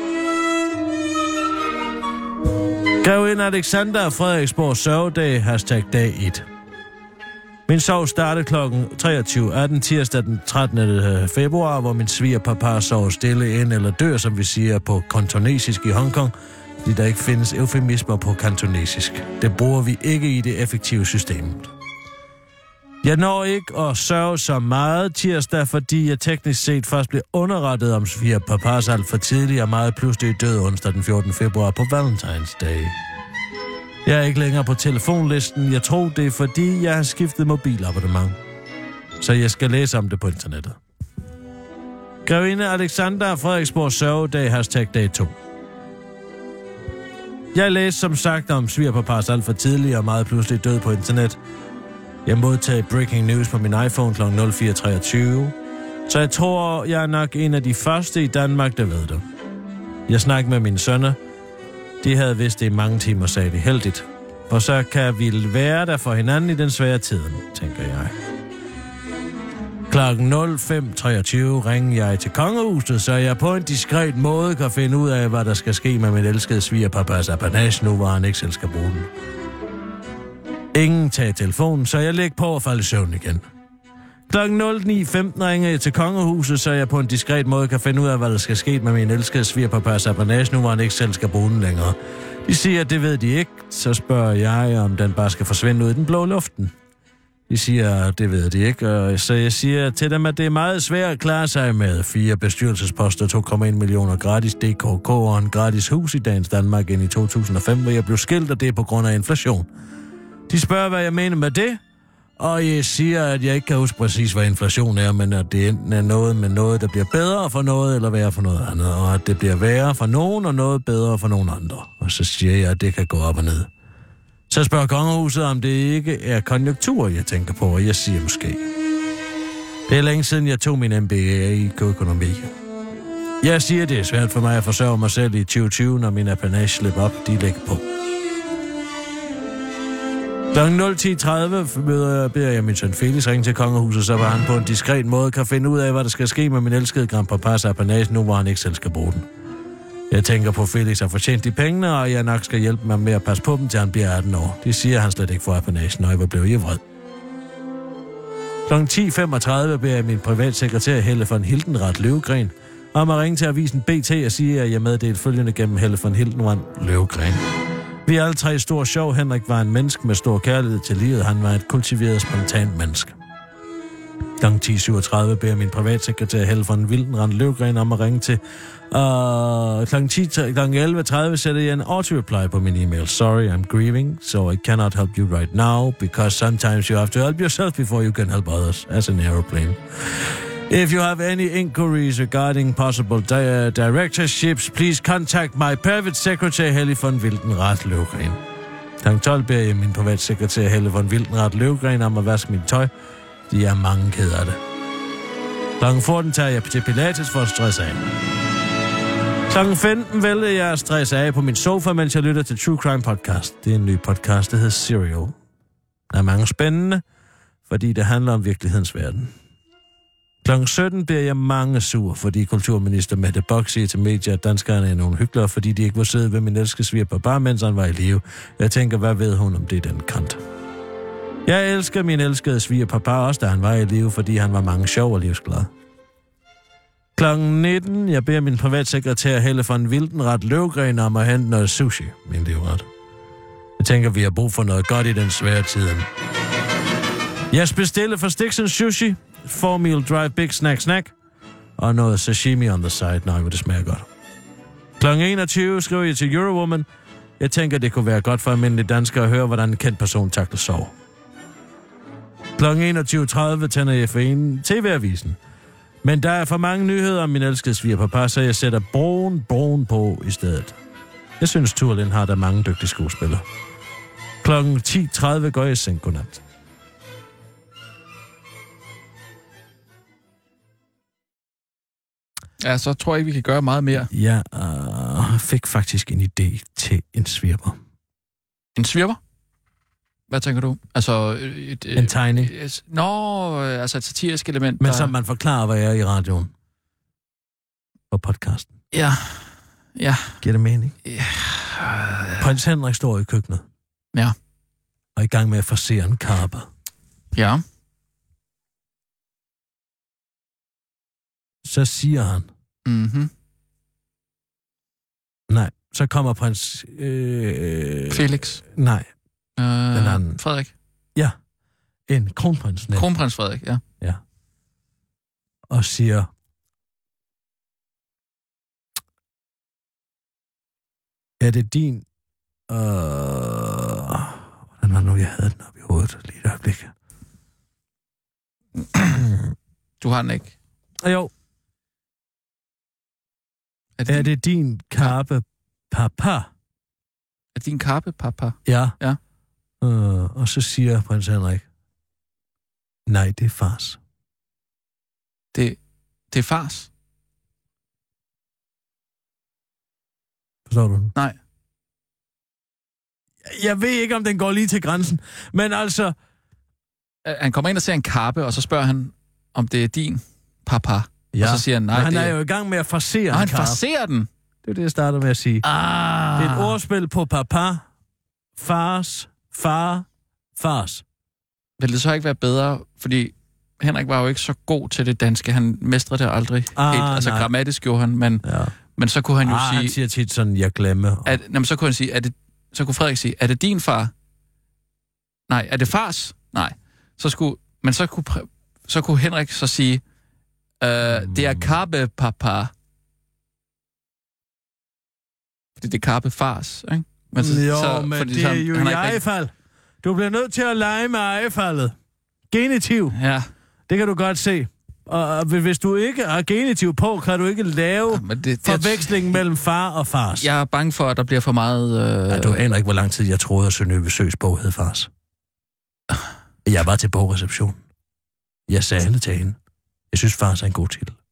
Grevinde Alexander Frederiksborg sørgedag, #dag 1. Min sorg startede kl. 23:18 tirsdag den 13. februar, hvor min svigerpapa sov stille ind eller dør, som vi siger på kantonesisk i Hongkong, fordi der ikke findes eufemismer på kantonesisk. Det bruger vi ikke i det effektive system. Jeg når ikke at sørge så meget tirsdag, fordi jeg teknisk set først blev underrettet om svigerpapas alt for tidlig og meget pludselig død onsdag den 14. februar på Valentine's Day. Jeg er ikke længere på telefonlisten. Jeg tror, det er fordi, jeg har skiftet mobilabonnement. Så jeg skal læse om det på internettet. Grevinde Alexander Frederiksborg sørgedag, #dag 2. Jeg læste som sagt om svigerpapas alt for tidlig og meget pludselig død på internet. Jeg modtager breaking news på min iPhone kl. 04:23. Så jeg tror, jeg er nok en af de første i Danmark, der ved det. Jeg snakkede med mine sønner. De havde vidst det i mange timer, sagde de heldigt. For så kan vi være der for hinanden i den svære tiden, tænker jeg. Klokken 05:23 ringer jeg til kongehuset, så jeg på en diskret måde kan finde ud af, hvad der skal ske med min elskede svigerpapas apanage, nu hvor han ikke selv skal bruge den. Ingen tager telefonen, så jeg lægger på og falder i søvn igen. Klokken 09:15 ringer jeg til kongehuset, så jeg på en diskret måde kan finde ud af, hvad der skal ske med min elskede svigerpapas apanage, nu hvor han ikke selv skal bruge den længere. De siger, at det ved de ikke, så spørger jeg, om den bare skal forsvinde ud i den blå luften. De siger, at det ved de ikke, og så jeg siger til dem, at det er meget svært at klare sig med 4 bestyrelsesposter, 2,1 millioner gratis DKK og en gratis hus i dagens Danmark ind i 2005, hvor jeg blev skilt, og det er på grund af inflation. De spørger, hvad jeg mener med det, Og jeg siger, at jeg ikke kan huske præcis, hvad inflation er, men at det enten er noget med noget, der bliver bedre for noget, eller værre for noget andet. Og at det bliver værre for nogen, og noget bedre for nogen andre. Og så siger jeg, at det kan gå op og ned. Så spørger kongehuset, om det ikke er konjunktur, jeg tænker på, og jeg siger måske. Det er længe siden, jeg tog min MBA i økonomi. Jeg siger, det er svært for mig at forsørge mig selv i 2020, når min apanage slipper op, de lægger på. Kl. 0:10:30 beder jeg min søn Felix ringe til kongehuset, så han på en diskret måde kan finde ud af, hvad der skal ske med min elskede grandpapas apanage, nu hvor han ikke selv skal bruge den. Jeg tænker på, Felix har fortjent de pengene, og jeg nok skal hjælpe mig med at passe på dem, til han bliver 18 år. De siger, at han slet ikke får apanagen, og jeg var blevet i vred. Kl. 10:35 beder jeg min privatsekretær Helle von Hildenrath Løvgren om at ringe til avisen BT og sige, at jeg meddelte følgende gennem Helle von Hildenrath Løvgren. Vi er alle tre stor sjov. Henrik var en menneske med stor kærlighed til livet. Han var et kultiveret, spontant menneske. Kl. 10:37 beder min privatsekretær Helle von Hildenrath Løvgren om at ringe til. Kl. 11:30 sætter jeg en auto-reply på min e-mail. Sorry, I'm grieving, so I cannot help you right now, because sometimes you have to help yourself before you can help others, as an aeroplane. If you have any inquiries regarding possible directorships, please contact my private secretary, Helle von Hildenrath Løvgren. Kl. 12 beder jeg min privatsekretær Helle von Hildenrath Løvgren om at vaske mit tøj. De er mange keder af det. Kl. 14 tager jeg til Pilates for at stresse af. Kl. 15 vælger jeg at stresse af på min sofa, mens jeg lytter til True Crime Podcast. Det er en ny podcast, der hedder Serial. Der er mange spændende, fordi det handler om virkelighedens verden. Kl. 17 bliver jeg mange sur, fordi kulturminister Mette Bock siger til medier, at danskerne er nogle hyklere, fordi de ikke var sidde ved min elskede svigerpapa, mens han var i live. Jeg tænker, hvad ved hun om det, den kant? Jeg elsker min elskede svigerpapa også, da han var i live, fordi han var mange sjov og livsglad. Kl. 19, jeg beder min privatsekretær Helle von Hildenrath Løvgren om at hente noget sushi, min livret. Jeg tænker, vi har brug for noget godt i den svære tiden. Jeg bestiller for Stixons Sushi, 4-meal dry big snack, og noget sashimi on the side. Nej, hvor det smager godt. Kl. 21 skriver jeg til Eurowoman. Jeg tænker, det kunne være godt for almindelige danskere at høre, hvordan en kendt person takler sorg. Kl. 21:30 tænder jeg for en TV-avisen. Men der er for mange nyheder om min elskede svigerpapa, så jeg sætter broen på i stedet. Jeg synes, Turlind har der mange dygtige skuespillere. Kl. 10:30 går jeg i seng godnat. Ja, så tror jeg ikke, vi kan gøre meget mere. Jeg fik faktisk en idé til en svirper. En svirper? Hvad tænker du? Altså en tegning. Altså et satirisk element. Men som man forklarer, hvad er i radioen. Og podcasten. Ja. Giver det mening? Ja. Prins Henrik står i køkkenet. Ja. Og er i gang med at forsere en karpe. Ja. Så siger han. Mhm. Nej, så kommer prins... Felix. Nej. Den anden. Frederik. Ja. En kronprins. Kronprins Frederik, ja. Ja. Og siger... Er det din... Hvordan var det nu, jeg havde den op i hovedet? Lige et øjeblik. Du har den ikke? Jo. Er det din karpe papa? Er din karpe papa? Ja. Ja. Og så siger prins Henrik, nej, det er fars. Det er fars? Forstår du den? Nej. Jeg ved ikke, om den går lige til grænsen, men altså... Han kommer ind og ser en karpe, og så spørger han, om det er din papa. Ja. Og så siger han, nej, han er jo i gang med at forsere han forserer den? Det er det, jeg starter med at sige. Det er et ordspil på papa, fars, fars. Vil det så ikke være bedre, fordi Henrik var jo ikke så god til det danske. Han mestrede det aldrig helt. Altså nej. Grammatisk gjorde han, men så kunne han jo sige... Han siger tit sådan, jeg glemmer. Så kunne han sige, så kunne Frederik sige, er det din far? Nej. Er det fars? Nej. Så kunne Henrik så sige, det er karpe papa. Fordi det er karpe fars, ikke? Men det er jo i ejefald. Du bliver nødt til at lege med ejefaldet. Genitiv. Ja. Det kan du godt se. Og hvis du ikke har genitiv på, kan du ikke lave forvekslingen mellem far og fars. Jeg er bange for, at der bliver for meget... Ja, du aner ikke, hvor lang tid jeg troede, at Synnøve Søs bog hed fars. Jeg var til bogreception. Jeg sagde alle til hende. Jeg synes, fars er en god titel.